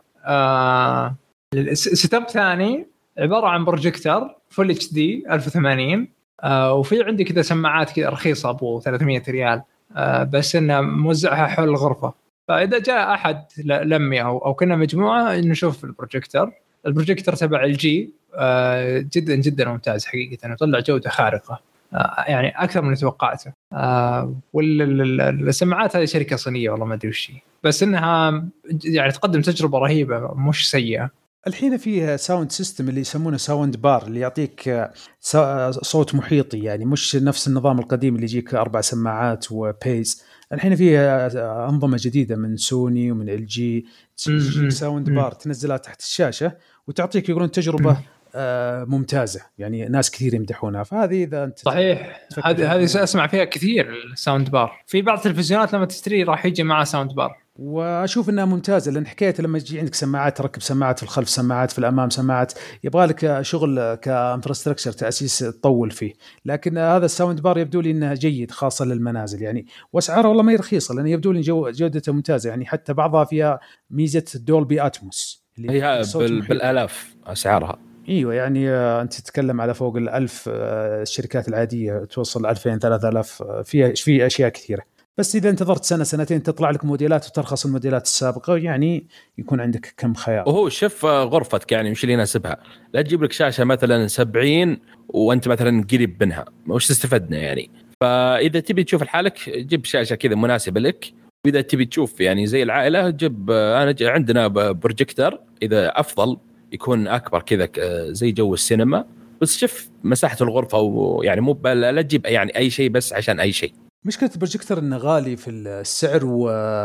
سيت اب ثاني عباره عن بروجيكتور فول اتش دي ألف وثمانين، آه وفي عندي كذا سماعات كذا رخيصه ابو ثلاثمية ريال، آه بس انه موزعها حول الغرفه، فاذا جاء احد لمي او او كنا مجموعه نشوف البروجيكتور. البروجيكتور تبع الجي آه جدا جدا ممتاز حقيقه، يطلع جوده خارقه آه يعني اكثر من توقعته. آه والسماعات هذه شركه صينيه والله ما ادري وش هي، بس انها يعني تقدم تجربه رهيبه مش سيئه. الحين فيه ساوند سيستم اللي يسمونه ساوند بار اللي يعطيك صوت محيطي، يعني مش نفس النظام القديم اللي يجيك أربع سماعات وبيز. الحين فيه أنظمة جديدة من سوني ومن ال جي ساوند بار تنزلها تحت الشاشة وتعطيك يقولون تجربة ممتازة، يعني ناس كثير يمدحونها. فهذه إذا أنت صحيح هذه هذه أسمع فيها كثير الساوند بار، في بعض التلفزيونات لما تشتري راح يجي معها ساوند بار، واشوف انها ممتازه. لان حكايه لما تجي عندك سماعات تركب سماعات في الخلف سماعات في الامام سماعات، يبغى لك شغل كانفراستراكشر تاسيس تطول فيه. لكن هذا الساوند بار يبدو لي انه جيد خاصه للمنازل يعني، واسعاره والله ما هي رخيصه لان يبدو لي جو جودته ممتازه يعني، حتى بعضها فيها ميزه دولبي اتموس اللي هي بال... بالالاف اسعارها. ايوه يعني انت تتكلم على فوق الألف، الشركات العاديه توصل ألفين ثلاثة آلاف، فيها في اشياء كثيره. بس إذا انتظرت سنة سنتين تطلع لك موديلات وترخص الموديلات السابقة، يعني يكون عندك كم خيار. وهو شوف غرفتك يعني مش اللي يناسبها، لا تجيب لك شاشة مثلا سبعين وأنت مثلا قريب منها، وش تستفدنا يعني؟ فإذا تبي تشوف لحالك جيب شاشة كذا مناسبة لك، وإذا تبي تشوف يعني زي العائلة جيب، أنا عندنا بروجيكتور إذا أفضل يكون أكبر كذا زي جو السينما، بس شوف مساحة الغرفة ويعني مو لا تجيب يعني أي شيء بس عشان أي شيء. مشكلة البروجيكتور إنه غالي في السعر، و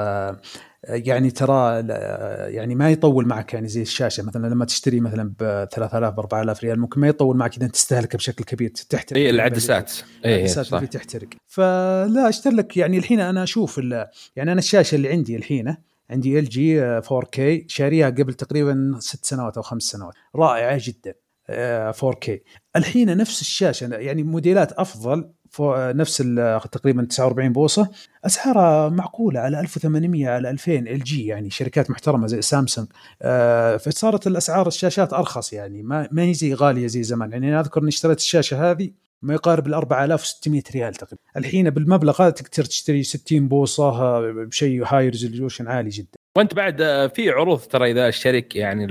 يعني ترى يعني ما يطول معك يعني زي الشاشة مثلا لما تشتري مثلا بثلاثة آلاف بأربعة آلاف ريال ممكن ما يطول معك إذا تستهلك بشكل كبير تحترق. إيه العدسات إيه العدسات اللي تحترق. فلا أشتري لك يعني الحين أنا أشوف يعني أنا الشاشة اللي عندي الحين عندي ال جي فور كي شاريها قبل تقريبا ست سنوات أو خمس سنوات، رائعة جدا فور كي. الحين نفس الشاشة يعني موديلات أفضل نفس تقريبا تسعة وأربعين بوصة أسعارها معقولة على ألف وثمانمية على ألفين ال جي، يعني شركات محترمة زي سامسونج. آه فصارت الأسعار الشاشات أرخص يعني ما ما هي زي غالية زي زمان. يعني أنا أذكر أني اشتريت الشاشة هذه ما يقارب الأربعة آلاف وستمية ريال تقريبا، الحين بالمبلغ هذا تقدر تشتري ستين بوصة بشيء هاي ريزوليوشن عالي جدا. وانت بعد في عروض ترى اذا اشترك يعني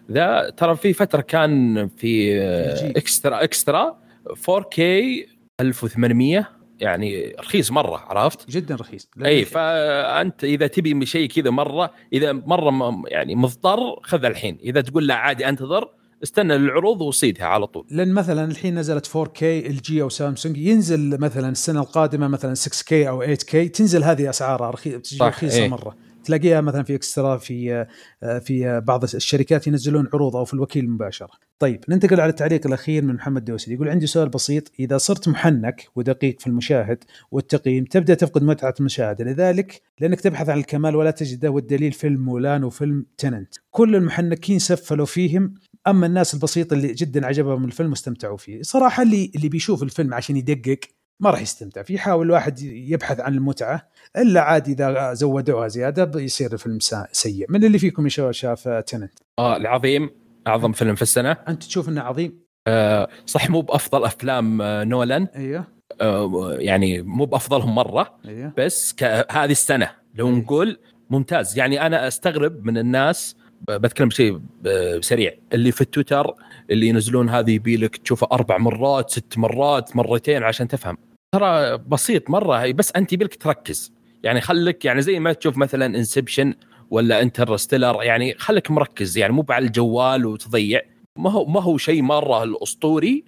ذا ترى في فتره كان في الجي. اكسترا اكسترا فور كي ألف وثمانمية، يعني رخيص مره، عرفت؟ جدا رخيص. اي فانت اذا تبي شيء كذا مره، اذا مره م- يعني مضطر خذ الحين، اذا تقول لا عادي انتظر استنى العروض وصيدها على طول. لان مثلا الحين نزلت فور كي الجي او سامسونج، ينزل مثلا السنه القادمه مثلا سكس كي او ايت كي، تنزل هذه اسعارها رخيصه رخيصه إيه. مره، تلاقيها مثلا في اكسترا في في بعض الشركات ينزلون عروض او في الوكيل مباشره. طيب ننتقل على التعليق الاخير من محمد دوسري، يقول عندي سؤال بسيط، اذا صرت محنك ودقيق في المشاهد والتقييم تبدا تفقد متعه المشاهده، لذلك لانك تبحث عن الكمال ولا تجده، والدليل فيلم مولان وفيلم تننت، كل المحنكين سفلوا فيهم، اما الناس البسيطه اللي جدا عجبهم الفيلم واستمتعوا فيه. صراحه اللي اللي بيشوف الفيلم عشان يدقق ما راح يستمتع فيه، يحاول الواحد يبحث عن المتعه، الا عادي اذا زودوها زياده بيصير الفيلم سيء. من اللي فيكم يا شاف تننت؟ اه العظيم، اعظم فيلم في السنه. انت تشوف انه عظيم؟ آه صح، مو بافضل افلام آه نولان، ايوه آه يعني مو بافضلهم مره، أيوه. بس هذه السنه لو أيوه. نقول ممتاز. يعني انا استغرب من الناس، بتكلم شيء سريع، اللي في التويتر اللي ينزلون هذه يبيلك تشوفه أربع مرات ست مرات مرتين عشان تفهم. ترى بسيط مرة، بس أنت يبيلك تركز، يعني خلك يعني زي ما تشوف مثلا انسبشن ولا انترستيلر، يعني خلك مركز، يعني مو على الجوال وتضيع. ما هو ما هو شيء مرة الأسطوري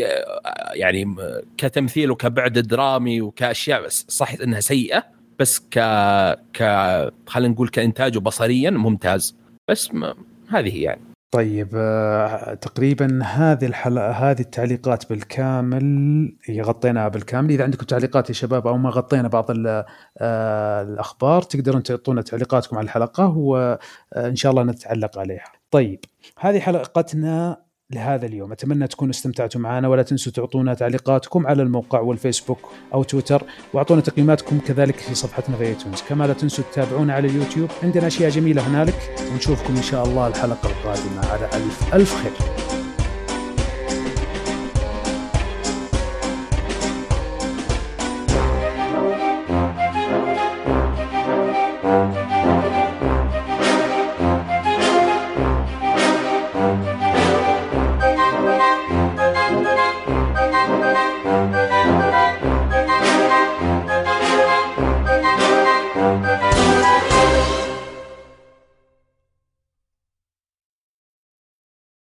يعني كتمثيل وكبعد درامي وكأشياء، بس صح إنها سيئة، بس ك ك خلينا نقول كإنتاج بصريا ممتاز. بس ما هذه يعني. طيب آه، تقريبا هذه الحلقة هذه التعليقات بالكامل غطيناها بالكامل. إذا عندكم تعليقات يا شباب أو ما غطينا بعض آه الأخبار تقدرون تعطونا تعليقاتكم على الحلقة وإن شاء الله نتعلق عليها. طيب هذه حلقتنا لهذا اليوم، أتمنى تكونوا استمتعتوا معنا، ولا تنسوا تعطونا تعليقاتكم على الموقع والفيسبوك أو تويتر، وأعطونا تقييماتكم كذلك في صفحتنا في ايتونز. كما لا تنسوا تتابعونا على اليوتيوب، عندنا أشياء جميلة هنالك، ونشوفكم إن شاء الله الحلقة القادمة على ألف ألف خير.